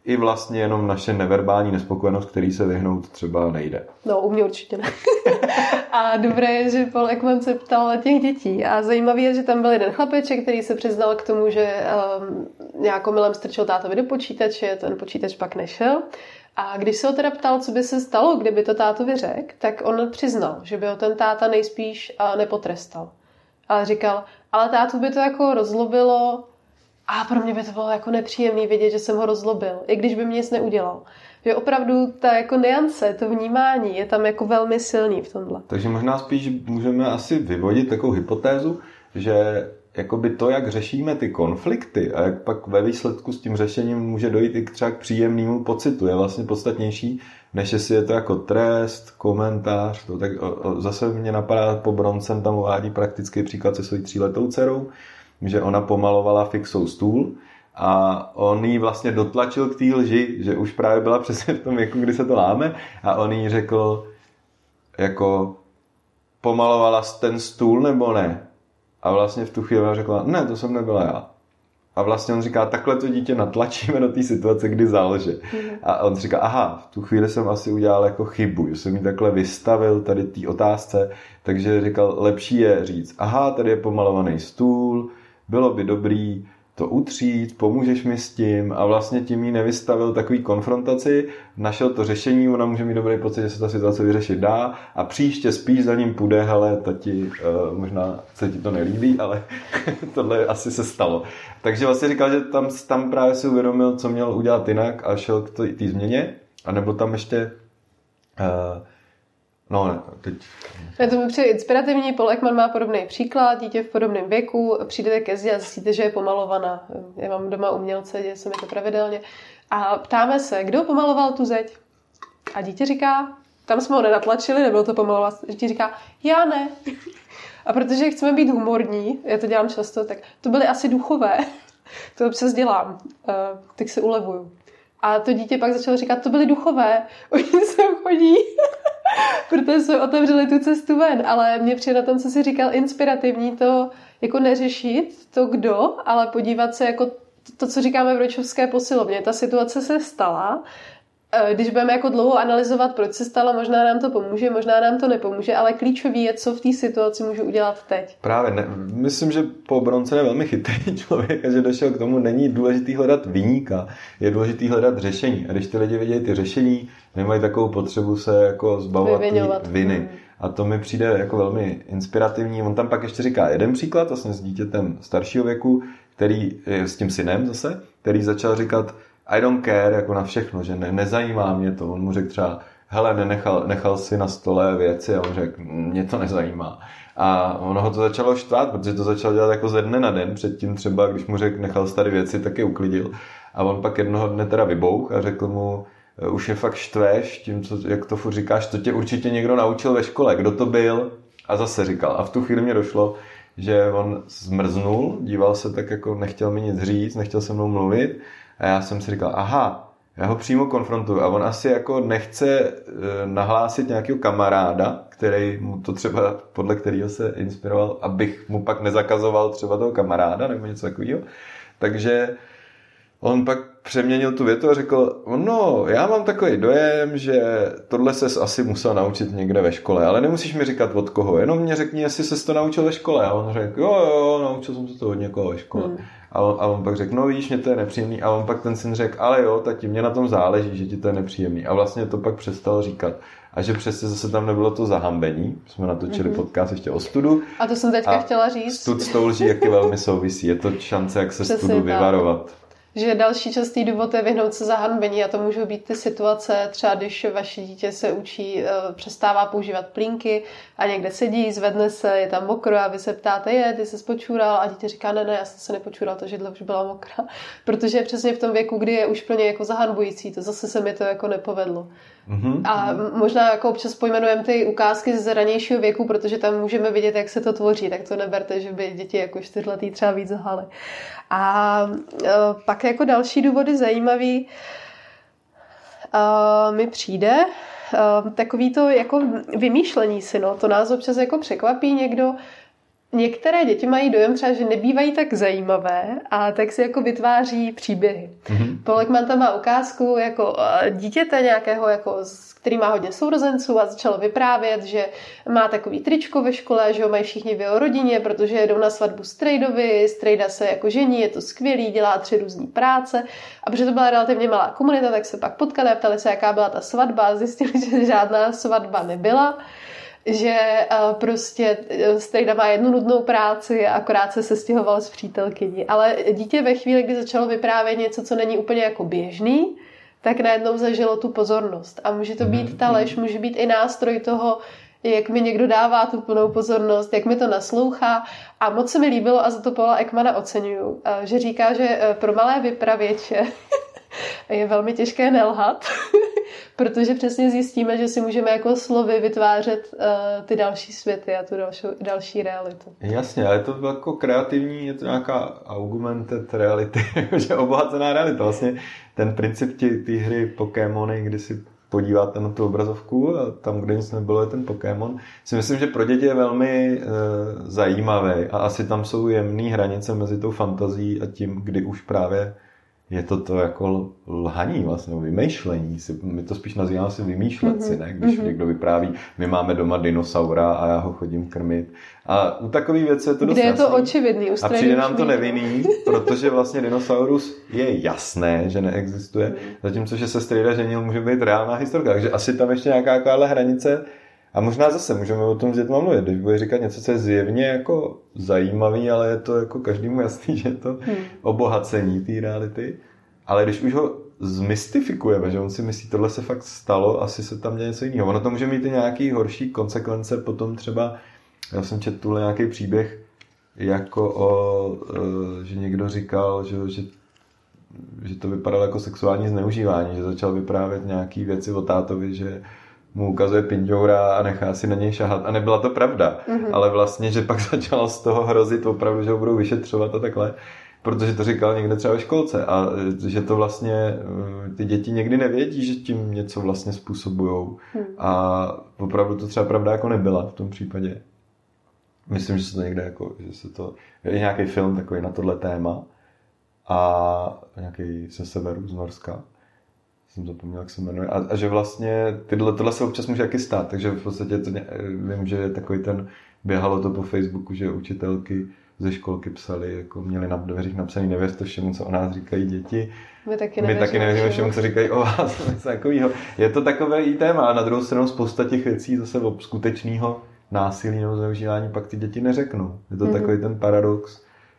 i vlastně jenom naše neverbální nespokojenost, který se vyhnout třeba nejde. No, u mě určitě ne. A dobré je, že Paul Ekman se ptal těch dětí. A zajímavé je, že tam byl jeden chlapeček, který se přiznal k tomu, že nějakou milem strčil tátovi do počítače, ten počítač pak nešel. A když se ho teda ptal, co by se stalo, kdyby to tátovi řekl, tak on přiznal, že by ho ten táta nejspíš nepotrestal. Ale říkal, ale tátu by to jako rozlobilo a pro mě by to bylo jako nepříjemný vidět, že jsem ho rozlobil, i když by mě nic neudělal. Že opravdu ta jako nuance, to vnímání je tam jako velmi silný v tomhle. Takže možná spíš můžeme asi vyvodit takovou hypotézu, že jakoby to, jak řešíme ty konflikty a jak pak ve výsledku s tím řešením může dojít i třeba k příjemnému pocitu, je vlastně podstatnější, než jestli je to jako trest, komentář. To tak zase mě napadá, po Bronson tam uvádí praktický příklad se svojí 3letou dcerou, že ona pomalovala fixou stůl a on jí vlastně dotlačil k té lži, že už právě byla přesně v tom věku, kdy se to láme a on jí řekl jako pomalovala ten stůl nebo ne? A vlastně v tu chvíli řekla, ne, to jsem nebyla já. A vlastně on říká, takhle to dítě natlačíme do té situace, kdy zalže. A on říká, aha, v tu chvíli jsem asi udělal jako chybu, že jsem jí takhle vystavil tady té otázce, takže říkal, lepší je říct, aha, tady je pomalovaný stůl, bylo by dobrý to utřít, pomůžeš mi s tím a vlastně tím jí nevystavil takový konfrontaci, našel to řešení, ona může mít dobrý pocit, že se ta situace vyřešit dá a příště spíš za ním půjde, hele, tati, možná se ti to nelíbí, ale tohle asi se stalo. Takže vlastně říkal, že tam právě si uvědomil, co měl udělat jinak a šel k té změně, anebo tam ještě no ne, teď. To mi přijde inspirativní, Paul Ekman má podobný příklad, dítě v podobném věku, přijdete ke zdi a zjistíte, že je pomalovaná. Já mám doma umělce, děje se mi to pravidelně. A ptáme se, kdo pomaloval tu zeď? A dítě říká, tam jsme ho nenatlačili, nebylo to pomalovat. Dítě říká, já ne. A protože chceme být humorní, já to dělám často, tak to byly asi duchové. To občas dělám, tak se ulevuju. A to dítě pak začalo říkat, to byly duchové, oni sem chodí, protože jsme otevřeli tu cestu ven. Ale mě přijde na tom, co jsi říkal, inspirativní to jako neřešit to kdo, ale podívat se jako to, co říkáme v rodičovské posilovně. Ta situace se stala, když budeme jako dlouho analyzovat, proč se stala, možná nám to pomůže, možná nám to nepomůže, ale klíčový je, co v té situaci můžu udělat teď. Právě, myslím, že po Bronson je velmi chytrý člověk a že došel k tomu, není důležitý hledat viníka, je důležitý hledat řešení. A když ty lidi vidějí ty řešení, nemají takovou potřebu se jako zbavovat ty viny. A to mi přijde jako velmi inspirativní. On tam pak ještě říká jeden příklad, vlastně s dítětem staršího věku, který je s tím synem zase, který začal říkat I don't care, jako na všechno, že nezajímá mě to. On mu řekl třeba, hele, nechal si na stole věci a on řekl, mě to nezajímá. A ono ho to začalo štvát, protože to začal dělat jako ze dne na den. Předtím třeba, když mu řekl, nechal si tady věci, tak je uklidil. A on pak jednoho dne teda vybouch a řekl mu, už je fakt štveš tím, jak to furt říkáš, to tě určitě někdo naučil ve škole, kdo to byl? A zase říkal. A v tu chvíli mě došlo, že on zmrznul, díval se tak jako nechtěl mi nic říct, nechtěl se mnou mluvit. A já jsem si říkal, aha, já ho přímo konfrontuju a on asi jako nechce nahlásit nějakého kamaráda, který mu to třeba, podle kterého se inspiroval, abych mu pak nezakazoval třeba toho kamaráda nebo něco takového. Takže on pak přeměnil tu větu a řekl, no, já mám takový dojem, že tohle ses asi musel naučit někde ve škole, ale nemusíš mi říkat od koho, jenom mě řekni, jestli ses to naučil ve škole. A on řekl, jo, naučil jsem se to od někoho ve škole. A on pak řekl, no víš, mě to je nepříjemný. A on pak ten syn řekl, ale jo, tati, mě na tom záleží, že ti to je nepříjemný. A vlastně to pak přestal říkat. A že přesně zase tam nebylo to zahambení. Jsme natočili podcast ještě o studu. A to jsem teďka chtěla říct. Stud s tou lží jaký velmi souvisí. Je to šance, jak se studu vyvarovat. Že další častý důvod je vyhnout se zahanbení a to můžou být ty situace, třeba když vaše dítě se učí, přestává používat plínky a někde sedí, zvedne se, je tam mokro a vy se ptáte, ty se spočůral a dítě říká, ne, já jsem se nepočůral, ta židle už byla mokrá. Protože je přesně v tom věku, kdy je už pro ně jako zahanbující, to zase se mi to jako nepovedlo. A možná jako občas pojmenujeme ty ukázky z ranějšího věku, protože tam můžeme vidět, jak se to tvoří, tak to neberte, že by děti jako 4letý třeba víc lhaly. A pak jako další důvody zajímavý mi přijde takový to jako vymýšlení si, no, to nás občas jako překvapí někdo, některé děti mají dojem třeba, že nebývají tak zajímavé a tak si jako vytváří příběhy. Paul Ekman tam má ukázku jako dítěte nějakého, jako, který má hodně sourozenců a začalo vyprávět, že má takový tričko ve škole, že ho mají všichni v jeho rodině, protože jedou na svatbu strejdovi, strejda se jako žení, je to skvělý, dělá 3 různý práce a protože to byla relativně malá komunita, tak se pak potkali a ptali se, jaká byla ta svatba a zjistili, že žádná svatba nebyla. Že prostě strejda má jednu nudnou práci a akorát se sestěhoval s přítelkyní. Ale dítě ve chvíli, kdy začalo vyprávět něco, co není úplně jako běžný, tak najednou zažilo tu pozornost. A může to být ta lež, může být i nástroj toho, jak mi někdo dává tu plnou pozornost, jak mi to naslouchá. A moc se mi líbilo, a za to Paula Ekmana oceňuju, že říká, že pro malé vypravěče je velmi těžké nelhat, protože přesně zjistíme, že si můžeme jako slovy vytvářet ty další světy a tu další realitu. Jasně, ale je to jako kreativní, je to nějaká augmented reality, že obohacená realita. Vlastně ten princip té hry Pokémony, kdy si podíváte na tu obrazovku a tam, kde nic nebylo, je ten Pokémon, si myslím, že pro děti je velmi zajímavý a asi tam jsou jemné hranice mezi tou fantazí a tím, kdy už právě je to jako lhaní vlastně, vymýšlení. My to spíš nazýváme si vymýšlet si, ne? Když někdo vypráví, my máme doma dinosaura a já ho chodím krmit. A u takových věcí je to dost jasný. Kde je to jasný. očividný. A přijde nám to nevinný, protože vlastně dinosaurus je jasné, že neexistuje. Zatímco, že se strejda ženil, může být reálná historka. Takže asi tam ještě nějaká taková hranice. A možná zase můžeme o tom s dětma mluvit, když bude říkat něco, co je zjevně jako zajímavý, ale je to jako každému jasný, že je to obohacení té reality. Ale když už ho zmystifikujeme, že on si myslí, tohle se fakt stalo, asi se tam děje něco jiného. Ono to může mít i nějaký horší konsekvence potom třeba, já jsem četl tuhle nějaký příběh, jako že někdo říkal, že to vypadalo jako sexuální zneužívání, že začal vyprávět nějaký věci o tátovi, že mu ukazuje pindoura a nechá si na něj šahat. A nebyla to pravda. Ale vlastně, že pak začalo z toho hrozit opravdu, že ho budou vyšetřovat a takhle. Protože to říkal někde třeba ve školce. A že to vlastně ty děti někdy nevědí, že tím něco vlastně způsobujou. A opravdu to třeba pravda jako nebyla v tom případě. Myslím, že se to někde jako, že se to, je nějaký film takový na tohle téma. A nějaký ze severu, z Norska. Jsem zapomněl, jak se jmenuje. A že vlastně tohle se občas může taky stát, takže v podstatě to vím, že je takový ten, běhalo to po Facebooku, že učitelky ze školky psali, jako měli na dveřích napsaný, nevěřte všemu, co o nás říkají děti. My taky nevěříme všemu, co říkají o vás. Je to takové i téma. A na druhou stranu spousta těch věcí zase o skutečného násilí nebo zneužívání pak ty děti neřeknou. Je to takový ten paradox,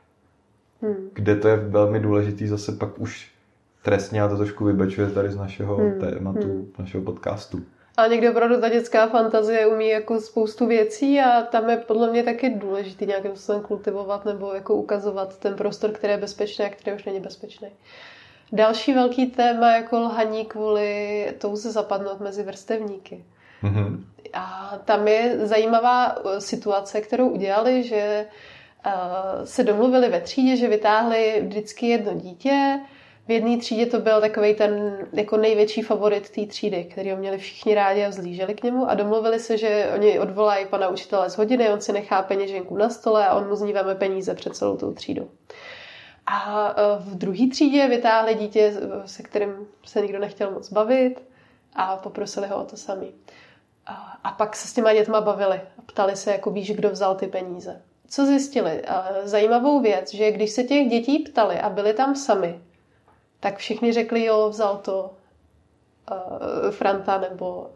kde to je velmi důležitý zase pak už trestně, a to trošku vybečuje tady z našeho tématu, našeho podcastu. A někdy opravdu ta dětská fantazie umí jako spoustu věcí a tam je podle mě taky důležitý nějakým způsobem kultivovat nebo jako ukazovat ten prostor, který je bezpečný a který už není bezpečný. Další velký téma jako lhaní kvůli touze zapadnout mezi vrstevníky. A tam je zajímavá situace, kterou udělali, že se domluvili ve třídě, že vytáhli vždycky jedno dítě. V jedné třídě to byl takovej ten jako největší favorit té třídy, který ho měli všichni rádi a vzlíželi k němu a domluvili se, že oni odvolají pana učitele z hodiny, on si nechá peněženku na stole a on mu z ní veme peníze před celou tou třídou. A v druhé třídě vytáhli dítě, se kterým se nikdo nechtěl moc bavit a poprosili ho o to samý. A pak se s těma dětma bavili a ptali se, jako víš, kdo vzal ty peníze. Co zjistili? Zajímavou věc, že když se těch dětí ptali a byli tam sami, tak všichni řekli, jo, vzal to Franta nebo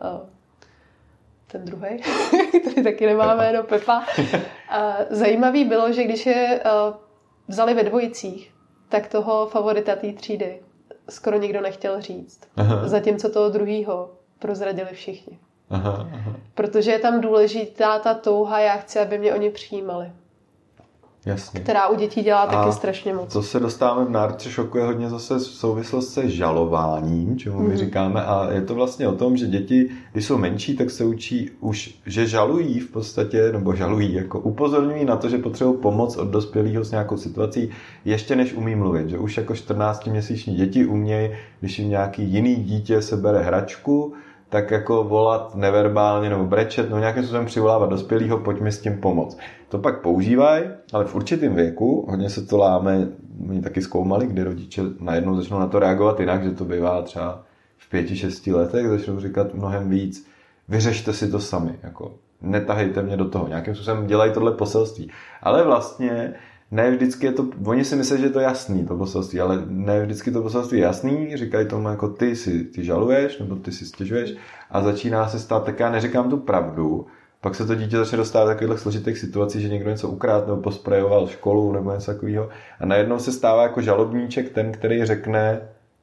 ten druhej, který taky nemá jméno, Pepa. Zajímavý bylo, že když je vzali ve dvojicích, tak toho favorita té třídy skoro nikdo nechtěl říct. Zatímco toho druhýho prozradili všichni. Protože je tam důležitá ta touha, já chci, aby mě oni přijímali. Jasně. Která u dětí dělá taky strašně moc. To se dostáváme v národce šoku je hodně zase v souvislost se žalováním, čemu my říkáme, a je to vlastně o tom, že děti, když jsou menší, tak se učí už, že žalují v podstatě, nebo žalují, jako upozorňují na to, že potřebují pomoc od dospělého s nějakou situací, ještě než umí mluvit, že už jako 14měsíční děti umějí, když jim nějaký jiný dítě sebere hračku, tak jako volat neverbálně nebo brečet, no nějakým způsobem přivolávat dospělýho, pojď mi s tím pomoct. To pak používají, ale v určitém věku, hodně se to láme, oni taky zkoumali, kdy rodiče najednou začnou na to reagovat jinak, že to bývá třeba v 5-6 letech, začnou říkat mnohem víc, vyřešte si to sami, jako netahejte mě do toho, nějakým způsobem dělají tohle poselství. Ale vlastně ne vždycky je to, oni si myslí, že je to jasný, to poselství, ale ne vždycky to poselství je jasný, říkají tomu jako ty žaluješ, nebo ty si stěžuješ a začíná se stát, tak já neříkám tu pravdu, pak se to dítě začne dostávat do takových složitých situací, že někdo něco ukradl nebo posprejoval školu nebo něco takového a najednou se stává jako žalobníček ten, který řekne,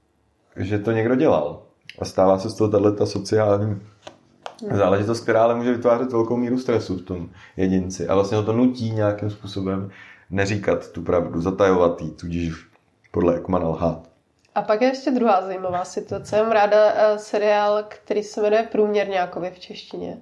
že to někdo dělal. A stává se z toho tato sociální záležitost, která ale může vytvářet velkou míru stresu v tom jedinci a vlastně ho to nutí nějakým způsobem neříkat tu pravdu, zatajovat jí, tudíž podle Ekmana lhát. A pak je ještě druhá zajímavá situace. Mám ráda seriál, který se jmenuje Průměrňákovi v češtině.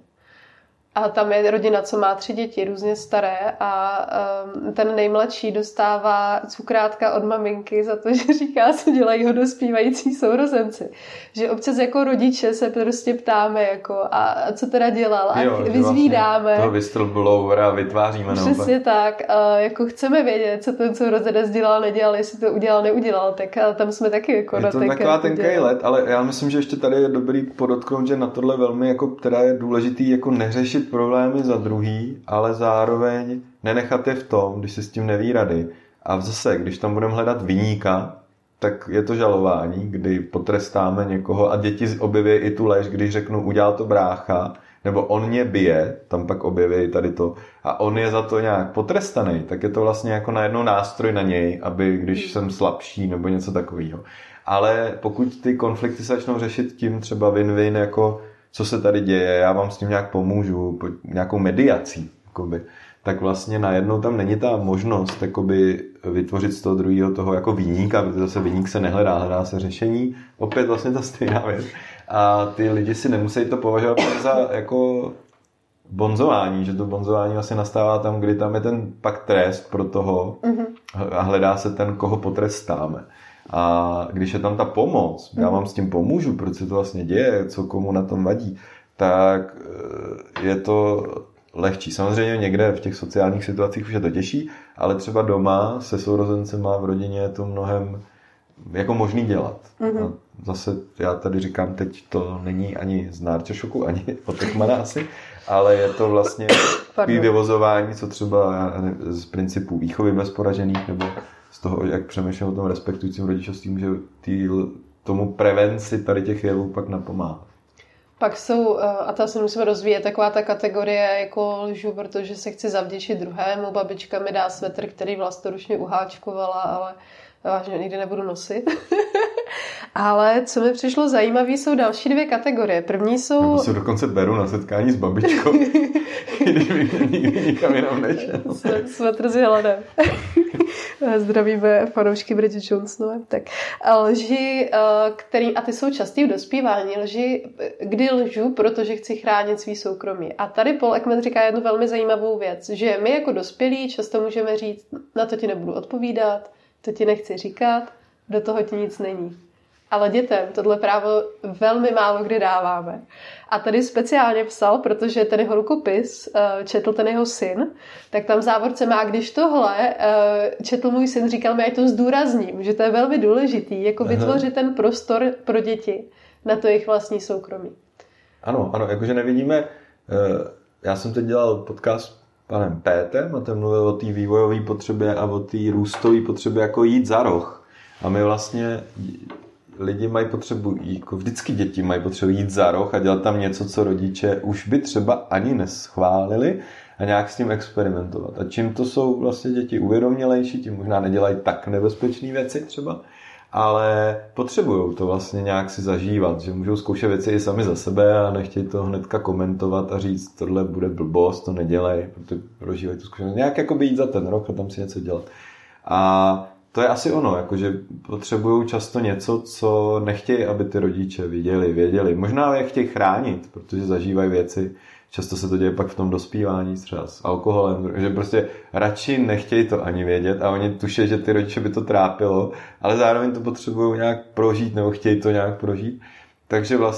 A tam je rodina, co má 3 děti, různě staré a ten nejmladší dostává cukrátka od maminky za to, že říká, co dělají ho dospívající sourozenci. Že občas jako rodiče se prostě ptáme, jako, a co teda dělal a vyzvídáme. Vlastně toho whistleblowera vytváříme. Přesně tak. Jako chceme vědět, co ten sourozenec dělal, nedělal, jestli to udělal, neudělal. Tak tam jsme taky jako je to taková tenkej let, ale já myslím, že ještě tady je dobrý podotknout, že na tohle velmi jako, teda je důležitý jako neřešit problémy za druhý, ale zároveň nenechat je v tom, když si s tím neví rady. A zase, když tam budeme hledat viníka, tak je to žalování, kdy potrestáme někoho a děti objeví i tu lež, když řeknu, udělal to brácha, nebo on mě bije, tam pak objeví tady to, a on je za to nějak potrestaný, tak je to vlastně jako najednou nástroj na něj, aby když jsem slabší nebo něco takového. Ale pokud ty konflikty se začnou řešit tím třeba win-win, jako co se tady děje, já vám s tím nějak pomůžu, nějakou mediací, jakoby, tak vlastně najednou tam není ta možnost jakoby, vytvořit z toho druhého toho jako viníka, protože zase viník se nehledá, hledá se řešení, opět vlastně ta stejná věc. A ty lidi si nemusí to považovat za jako bonzování, že to bonzování vlastně nastává tam, kdy tam je ten pak trest pro toho a hledá se ten, koho potrestáme. A když je tam ta pomoc, já vám s tím pomůžu, proč se to vlastně děje, co komu na tom vadí, tak je to lehčí. Samozřejmě někde v těch sociálních situacích už je to těžší, ale třeba doma se sourozencema v rodině je to mnohem jako možný dělat. A zase já tady říkám, teď to není ani z Nárčešoku, ani od Ekmana asi, ale je to vlastně vyvozování, co třeba z principů výchovy bez poražených, nebo z toho, jak přemýšlím o tom respektujícím rodičovstvím, že tomu prevenci tady těch jevů pak napomáhá. Pak jsou, a to se musíme rozvíjet, taková ta kategorie jako lžu, protože se chci zavděčit druhému. Babička mi dá svetr, který vlastnoručně uháčkovala, ale vážně nikdy nebudu nosit. Ale co mi přišlo zajímavé, jsou další 2 kategorie. První jsou... Nebo se dokonce beru na setkání s babičkou, když nikdy nikam jinam nešel. Svetr s Helenem. Zdravíme fanoušky Bridget Jonesové. Tak lži, který, a ty jsou častý v dospívání, lži, kdy lžu, protože chci chránit svý soukromí. A tady Paul Ekman říká jednu velmi zajímavou věc, že my jako dospělí často můžeme říct, na to ti nebudu odpovídat, to ti nechci říkat, do toho ti nic není. Ale dětem tohle právo velmi málo kdy dáváme. A tady speciálně psal, protože ten jeho rukopis četl ten jeho syn, tak tam v závorce má, když tohle četl můj syn, říkal mi, já to zdůrazním, že to je velmi důležitý, jako vytvořit ten prostor pro děti na to jejich vlastní soukromí. Ano, jakože nevidíme, já jsem teď dělal podcast s panem Pétem a ten mluvil o té vývojové potřebě a o té růstové potřebě jako jít za roh. A my vlastně lidi mají potřebu, jako vždycky děti mají potřebu jít za roh a dělat tam něco, co rodiče už by třeba ani neschválili a nějak s tím experimentovat. A čím to jsou vlastně děti uvědomělejší, tím možná nedělají tak nebezpečné věci třeba, ale potřebují to vlastně nějak si zažívat, že můžou zkoušet věci i sami za sebe a nechtějí to hnedka komentovat a říct, tohle bude blbost, to nedělej, protože prožívají tu zkušenost. Nějak jako by jít za ten rok a tam si něco dělat. A to je asi ono, jakože potřebují často něco, co nechtějí, aby ty rodiče viděli, věděli. Možná je chtějí chránit, protože zažívají věci. Často se to děje pak v tom dospívání třeba s alkoholem, že prostě radši nechtějí to ani vědět a oni tuší, že ty rodiče by to trápilo, ale zároveň to potřebují nějak prožít nebo chtějí to nějak prožít. Takže vlastně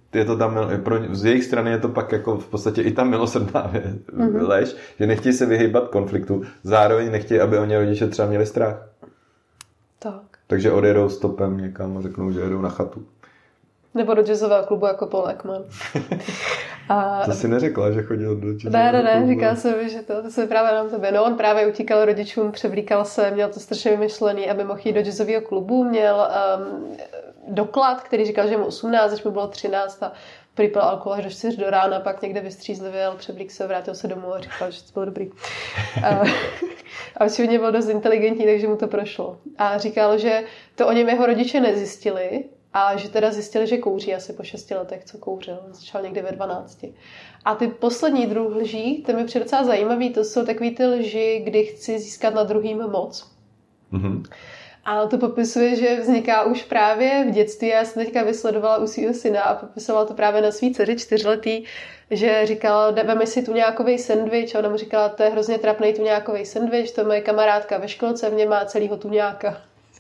je to tam, z jejich strany je to pak jako v podstatě i ta milosrdná lež, že nechtějí se vyhýbat konfliktu, zároveň nechtějí, aby oni rodiče třeba měli strach. Tak. Takže odjedou stopem někam a řeknou, že jedou na chatu. Nebo do jazzového klubu jako Paul Ekman. To si neřekla, že chodil do jazzového klubu. Ne, říká se mi, že to se právě nám tebe. No, on právě utíkal rodičům, převlíkal se, měl to strašně vymyšlený, aby mohl jít do jazzového klubu, měl doklad, který říkal, že mu 18, až mu bylo 13 a připil alkohol až do 4 do rána, pak někde vystřízlivěl, převlík se, vrátil se domů a říkal, že to bylo dobrý. A určitě byl dost inteligentní, takže mu to prošlo. A říkal, že to o něm jeho rodiče nezjistili, a že teda zjistili, že kouří asi po 6 letech, co kouřil. Začal někdy ve 12. A ty poslední druh lží, to mi přijde docela zajímavý, to jsou takový ty lži, kdy chci získat na druhým moc. Mm-hmm. A to popisuje, že vzniká už právě v dětství. Já jsem teďka vysledovala u svého syna a popisovala to právě na svý dceři 4letý, že říkal, veme si tuňákovej sendvič. A ona mu říkala, to je hrozně trapnej tuňákovej sendvič, to moje kamarádka ve školce, v něm má celýho tuňáka.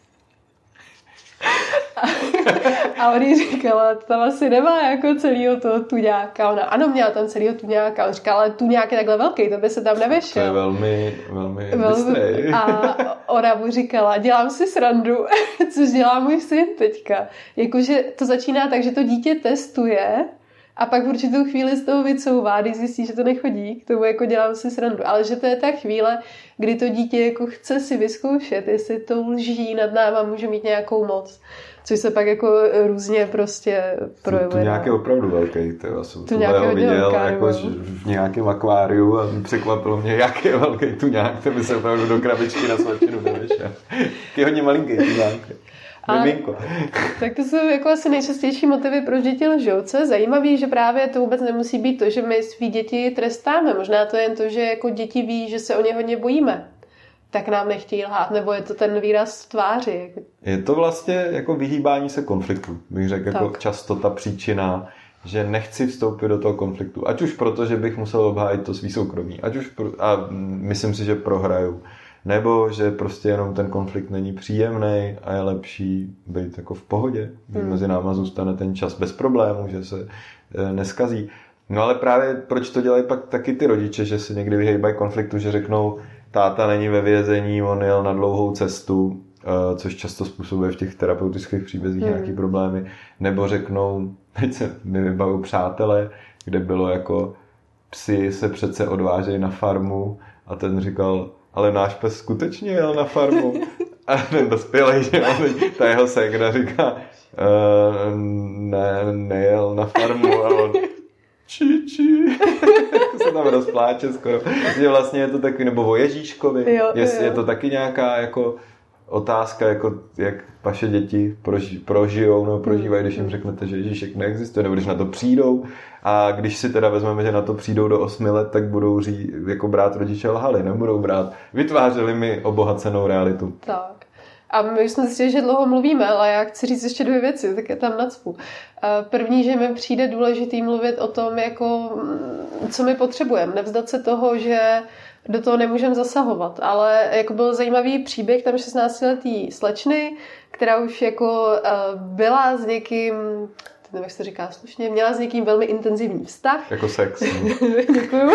A on jí říkala, tam asi nemá jako celýho toho tuňáka. Ona, ano, měla tam celýho tuňáka. On říkal, ale tuňák je takhle velký, to by se tam nevešel. To je velmi bystrý. A ona mu říkala, dělám si srandu, což dělá můj syn teďka. Jakože to začíná tak, že to dítě testuje a pak v určitou chvíli z toho vycouvá, když zjistí, že to nechodí, k tomu jako dělám si srandu. Ale že to je ta chvíle, kdy to dítě jako chce si vyzkoušet, jestli to lží nad náma může mít nějakou moc. Což se pak jako různě prostě projevuje. To nějaký opravdu velký. Já jsem to viděl jako v nějakém akváriu a překvapilo mě, jak je velký tuňák. To by se opravdu do krabičky na svačinu nevyšel. Je hodně malinký tuňák. Tak to jsou jako asi nejčastější motivy, proč děti lžou. Co je zajímavé, že právě to vůbec nemusí být to, že my svý děti trestáme. Možná to je jen to, že jako děti ví, že se o ně hodně bojíme. Tak nám nechtějí lhát, nebo je to ten výraz v tváři. Je to vlastně jako vyhýbání se konfliktu. Bych řekl jako často ta příčina, že nechci vstoupit do toho konfliktu. Ať už proto, že bych musel obhájit to svý soukromí. A myslím si, že prohraju. Nebo že prostě jenom ten konflikt není příjemný a je lepší být jako v pohodě. Mezi náma zůstane ten čas bez problémů, že se neskazí. No ale právě proč to dělají pak taky ty rodiče, že se někdy vyhýbají konfliktu, že řeknou, táta není ve vězení, on jel na dlouhou cestu, což často způsobuje v těch terapeutických příbězích nějaký problémy. Nebo řeknou, teď se mi vybavují přátelé, kde bylo jako psi se přece odvážejí na farmu a ten říkal, ale náš pes skutečně jel na farmu. A ten dospělej, že ta jeho ségra říká, nejel na farmu. A on, či. Se tam rozpláče skoro. Že vlastně je to takový, nebo o Ježíškovi. Je to taky nějaká jako otázka, jako jak vaše děti prožijou nebo prožívají, když jim řeknete, že Ježíšek neexistuje, nebo když na to přijdou. A když si teda vezmeme, že na to přijdou do 8 let, tak budou jako brát rodiče lhali, nebudou brát. Vytvářeli mi obohacenou realitu. Tak. A my už jsme zjistili, že dlouho mluvíme, ale já chci říct ještě 2 věci, tak je tam nacpu. První, že mi přijde důležitý mluvit o tom, jako, co my potřebujeme. Nevzdat se toho, že do toho nemůžeme zasahovat, ale jako byl zajímavý příběh tam 16letý slečny, která už jako byla s někým, nevím, jak se říká slušně, měla s někým velmi intenzivní vztah. Jako sex. Děkuju.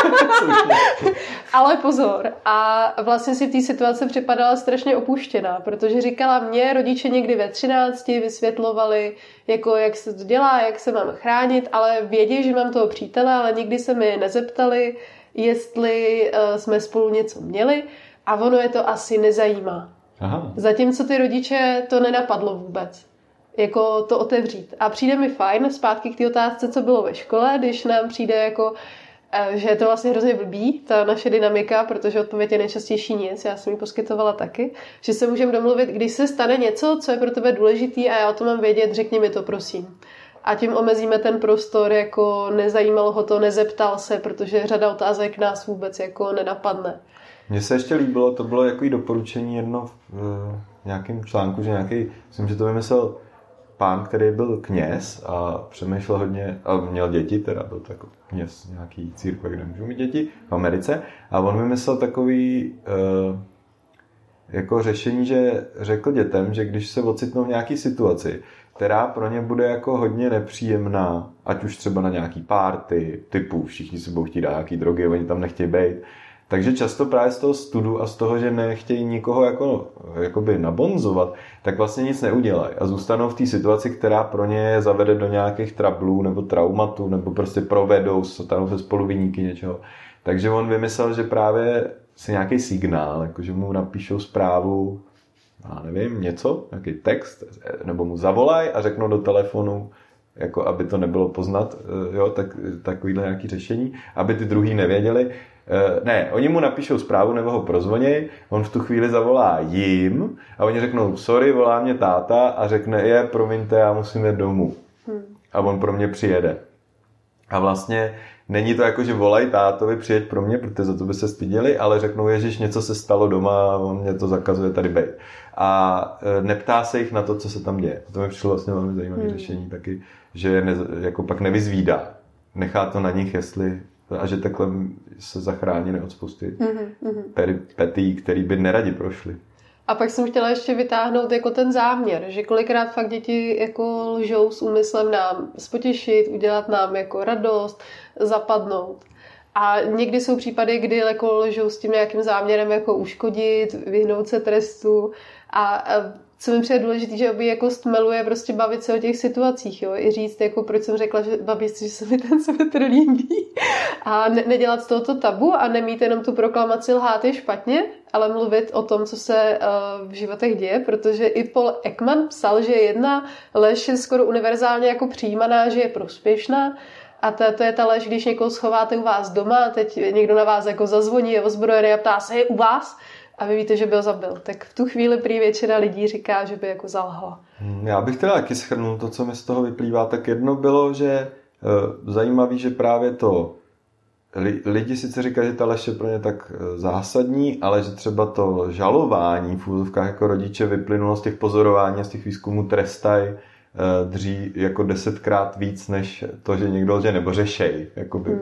Ale pozor. A vlastně si v té situaci připadala strašně opuštěná, protože říkala, mě rodiče někdy ve 13 vysvětlovali, jako jak se to dělá, jak se mám chránit, ale vědí, že mám toho přítele, ale nikdy se mi nezeptali, jestli jsme spolu něco měli a ono je to asi nezajímá. Aha. Zatímco ty rodiče to nenapadlo vůbec. Jako to otevřít. A přijde mi fajn zpátky k té otázce, co bylo ve škole, když nám přijde jako, že je to vlastně hrozně blbý, ta naše dynamika, protože odpověď je nejčastější nic, já jsem ji poskytovala taky, že se můžeme domluvit, když se stane něco, co je pro tebe důležitý a já o tom mám vědět, řekni mi to, prosím. A tím omezíme ten prostor, jako nezajímalo ho to, nezeptal se, protože řada otázek nás vůbec jako nenapadne. Mně se ještě líbilo, to bylo jako doporučení jedno v nějakém článku, že nějaký, myslím, že to vymyslel pán, který byl kněz a přemýšlel hodně, a měl děti, teda byl takový kněz nějaký církve, kde můžou mít děti v Americe, a on vymyslel takový jako řešení, že řekl dětem, že když se ocitnou v nějaký situaci která pro ně bude jako hodně nepříjemná, ať už třeba na nějaký party, typu všichni si budou chtít dát nějaký drogy, oni tam nechtějí být. Takže často právě z toho studu a z toho, že nechtějí nikoho jakoby nabonzovat, tak vlastně nic neudělají a zůstanou v té situaci, která pro ně zavede do nějakých trablů nebo traumatu, nebo prostě provedou, stanou se spoluviníky něčeho. Takže on vymyslel, že právě si nějaký signál, jakože mu napíšou zprávu, já nevím, něco, nějaký text, nebo mu zavolají a řeknou do telefonu, jako aby to nebylo poznat, jo, takovýhle nějaký řešení, aby ty druhý nevěděli. Ne, oni mu napíšou zprávu nebo ho prozvoněj, on v tu chvíli zavolá jim a oni řeknou, sorry, volá mě táta a řekne, promiňte, já musím jít domů. A on pro mě přijede. A vlastně není to jako, že volají tátovi, přijeď pro mě, protože za to by se styděli, ale řeknou, ježiš, něco se stalo doma a on mě to zakazuje tady bejt. A neptá se jich na to, co se tam děje. To mi přišlo vlastně velmi zajímavé řešení taky, že jako pak nevyzvídá. Nechá to na nich, jestli a že takhle se zachránili od spousty peripetí, který by neradi prošli. A pak jsem chtěla ještě vytáhnout jako ten záměr, že kolikrát fakt děti jako lžou s úmyslem nám spotěšit, udělat nám jako radost, zapadnout. A někdy jsou případy, kdy jako lžou s tím nějakým záměrem jako uškodit, vyhnout se trestu a co mi přijde důležitý, že aby jako stmeluje prostě bavit se o těch situacích, jo, i říct, jako proč jsem řekla, že babičce, že se mi ten svetr líbí a nedělat z tohoto tabu a nemít jenom tu proklamaci lhát je špatně, ale mluvit o tom, co se v životech děje, protože i Paul Ekman psal, že jedna lež je skoro univerzálně jako přijímaná, že je prospěšná. A to je ta lež, když někoho schováte u vás doma, teď někdo na vás jako zazvoní, je ozbrojený a ptá se, je u vás? A vy víte, že byl zabil. Tak v tu chvíli prý většina lidí říká, že by jako zalhala. Já bych teda taky shrnul to, co mi z toho vyplývá. Tak jedno bylo, že zajímavý, že právě to lidi sice říkají, že ta lež je pro ně tak zásadní, ale že třeba to žalování v úzovkách jako rodiče vyplynulo z těch pozorování a z těch výzkumů trestají jako 10krát víc, než to, že někdo lže nebo řešej. Jakoby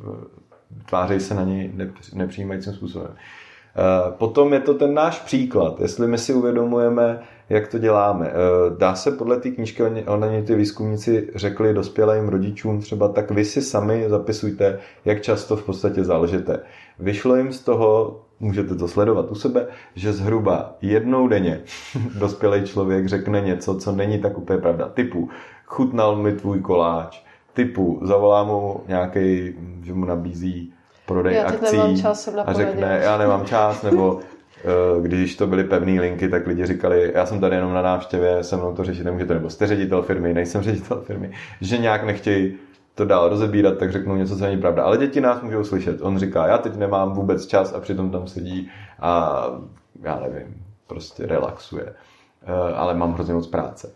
tvářejí se na něj nepřijímajícím způsobem. Potom je to ten náš příklad, jestli my si uvědomujeme, jak to děláme. Dá se podle té knížky, oni ty výzkumníci řekli dospělým rodičům třeba, tak vy si sami zapisujte, jak často v podstatě zalžete. Vyšlo jim z toho, můžete to sledovat u sebe, že zhruba jednou denně dospělý člověk řekne něco, co není tak úplně pravda. Typu, chutnal mi tvůj koláč, typu, zavolá mu nějaký, že mu nabízí prodej akcí a řekne, já nemám čas, nebo když to byly pevné linky, tak lidi říkali, já jsem tady jenom na návštěvě, se mnou to řešit nemůžete, nebo jste ředitel firmy, nejsem ředitel firmy, že nějak nechtějí to dál rozebírat, tak řeknou něco, co není pravda. Ale děti nás můžou slyšet. On říká, já teď nemám vůbec čas a přitom tam sedí a já nevím, prostě relaxuje. Ale mám hrozně moc práce.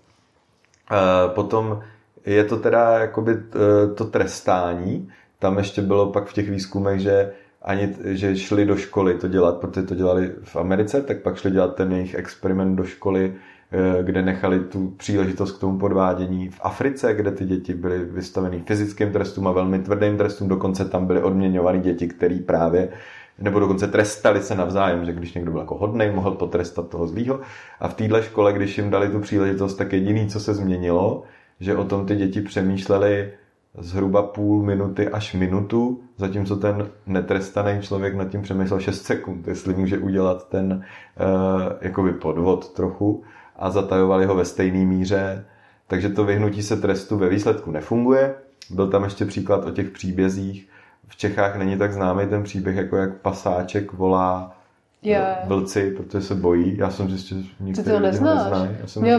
Potom je to teda jakoby to trestání. Tam ještě bylo pak v těch výzkumech, že šli do školy to dělat, protože to dělali v Americe, tak pak šli dělat ten jejich experiment do školy, kde nechali tu příležitost k tomu podvádění v Africe, kde ty děti byly vystaveny fyzickým trestům a velmi tvrdým trestům, dokonce tam byly odměňovány děti, který právě, nebo dokonce trestali se navzájem, že když někdo byl jako hodnej, mohl potrestat toho zlýho. A v téhle škole, když jim dali tu příležitost, tak jediný, co se změnilo, že o tom ty děti přemýšleli zhruba půl minuty až minutu, zatímco ten netrestaný člověk nad tím přemýšlel 6 sekund, jestli může udělat ten jakoby podvod trochu a zatajovali ho ve stejné míře, takže to vyhnutí se trestu ve výsledku nefunguje. Byl tam ještě příklad o těch příbězích. V Čechách není tak známý ten příběh, jako jak pasáček volá vlci, protože se bojí. Já jsem zjistil, že některý lidi neznají.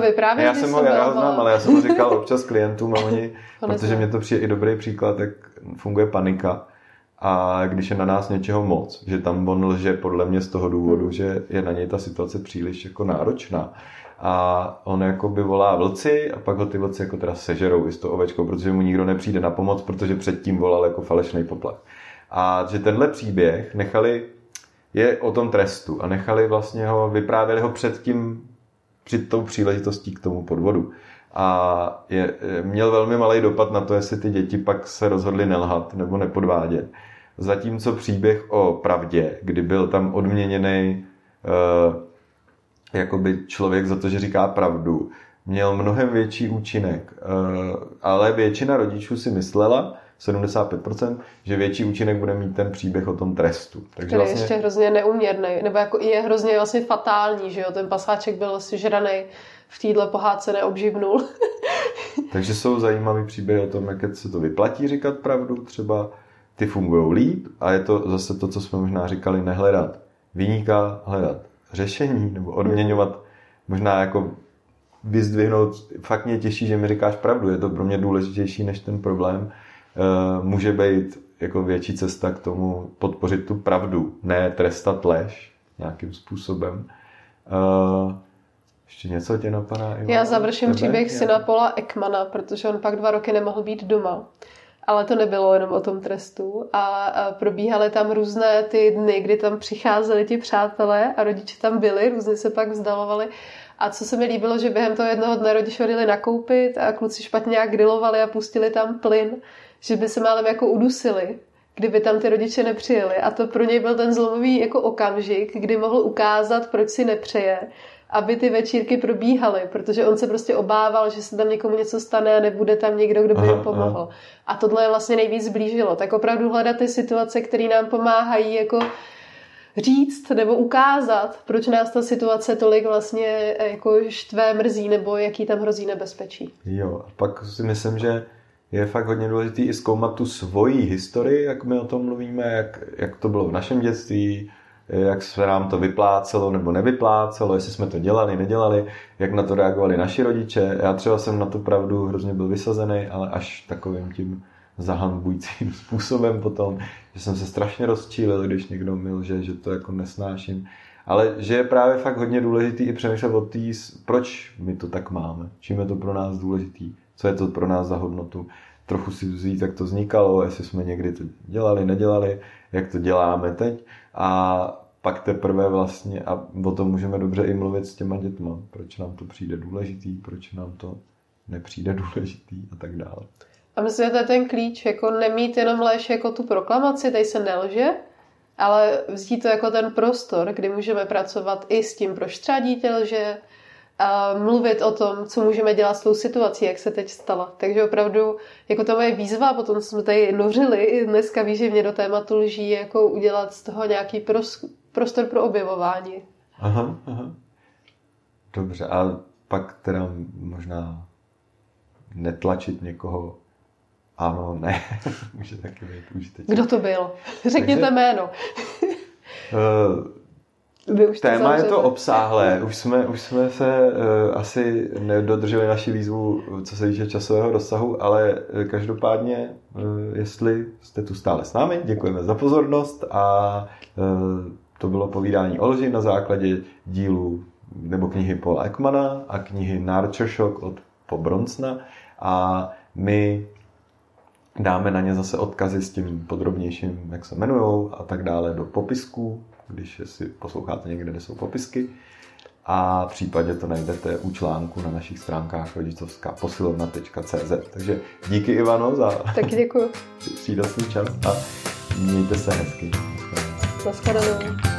Já ho znám, ale já jsem ho říkal občas klientům a oni, protože mě to přijde i dobrý příklad, jak funguje panika. A když je na nás něčeho moc, že tam on lže podle mě z toho důvodu, že je na něj ta situace příliš jako náročná. A on jako by volá vlci a pak ho ty vlci jako teda sežerou i s tou ovečkou, protože mu nikdo nepřijde na pomoc, protože předtím volal jako falešný poplach. A že tenhle příběh je o tom trestu a vyprávěli ho před tou příležitostí k tomu podvodu. A měl velmi malý dopad na to, jestli ty děti pak se rozhodly nelhat nebo nepodvádět. Zatímco příběh o pravdě, kdy byl tam odměněný jakoby člověk za to, že říká pravdu, měl mnohem větší účinek. Ale většina rodičů si myslela, 75%, že větší účinek bude mít ten příběh o tom trestu. Takže který vlastně... ještě hrozně neúměrný, nebo jako je hrozně vlastně fatální, že jo, ten pasáček byl sežranej, v téhle pohádce neobživnul. Takže jsou zajímavý příběhy o tom, jak se to vyplatí říkat pravdu, třeba ty fungují líp a je to zase to, co jsme možná říkali, nehledat viníka, hledat řešení nebo odměňovat, možná jako vyzdvihnout, fakt mě těší, že mi říkáš pravdu, je to pro mě důležitější než ten problém. Může být jako větší cesta k tomu podpořit tu pravdu, ne trestat lež nějakým způsobem. Ještě něco tě napadá? Já završím příběh syna Paula Ekmana, protože on pak 2 roky nemohl být doma. Ale to nebylo jenom o tom trestu a probíhaly tam různé ty dny, kdy tam přicházeli ti přátelé a rodiče tam byli, různě se pak vzdalovali. A co se mi líbilo, že během toho jednoho dne rodiče odjeli nakoupit a kluci špatně nějak grilovali a pustili tam plyn, že by se málem jako udusili, kdyby tam ty rodiče nepřijeli. A to pro něj byl ten zlomový jako okamžik, kdy mohl ukázat, proč si nepřeje, aby ty večírky probíhaly, protože on se prostě obával, že se tam někomu něco stane a nebude tam někdo, kdo by jim pomohl. A tohle je vlastně nejvíc zblížilo. Tak opravdu hledat ty situace, které nám pomáhají jako říct nebo ukázat, proč nás ta situace tolik vlastně jako štve, mrzí nebo jaký tam hrozí nebezpečí. Jo, a pak si myslím, že je fakt hodně důležitý i zkoumat tu svoji historii, jak my o tom mluvíme, jak to bylo v našem dětství, jak se nám to vyplácelo nebo nevyplácelo, jestli jsme to dělali, nedělali, jak na to reagovali naši rodiče. Já třeba jsem na tu pravdu hrozně byl vysazený, ale až takovým tím zahanbujícím způsobem potom, že jsem se strašně rozčílil, když někdo milže, že to jako nesnáším. Ale že je právě fakt hodně důležitý i přemýšlet o tý, proč my to tak máme, čím je to pro nás důležitý, co je to pro nás za hodnotu. Trochu si vzít, jak to vznikalo, jestli jsme někdy to dělali, nedělali, jak to děláme teď a pak teprve vlastně, a o tom můžeme dobře i mluvit s těma dětma, proč nám to přijde důležitý, proč nám to nepřijde důležitý a tak dále. A myslím, že to je ten klíč, jako nemít jenom lež jako tu proklamaci, tady se nelže, ale vzít to jako ten prostor, kdy můžeme pracovat i s tím, proč třeba dítě lže, a mluvit o tom, co můžeme dělat s tou situací, jak se teď stala. Takže opravdu, jako to moje výzva, potom jsme tady nořili, dneska výživně do tématu lží, jako udělat z toho nějaký prostor pro objevování. Aha. Dobře, a pak teda možná netlačit někoho. Ano, ne. Může taky být užitečný. Kdo to byl? Řekněte jméno. Téma je to obsáhlé. Už jsme se asi nedodrželi naši výzvu, co se týče časového rozsahu, ale každopádně, jestli jste tu stále s námi, děkujeme za pozornost a to bylo povídání o lži na základě dílu nebo knihy Paula Ekmana a knihy Nurture Shock od Pobronsna a my dáme na ně zase odkazy s tím podrobnějším, jak se jmenujou a tak dále do popisku, když si posloucháte někde, kde jsou popisky. A v případě to najdete u článku na našich stránkách rodičovskaposilovna.cz. Takže díky, Ivano, za taky děkuju. přínosný čas a mějte se hezky. Naschledanou.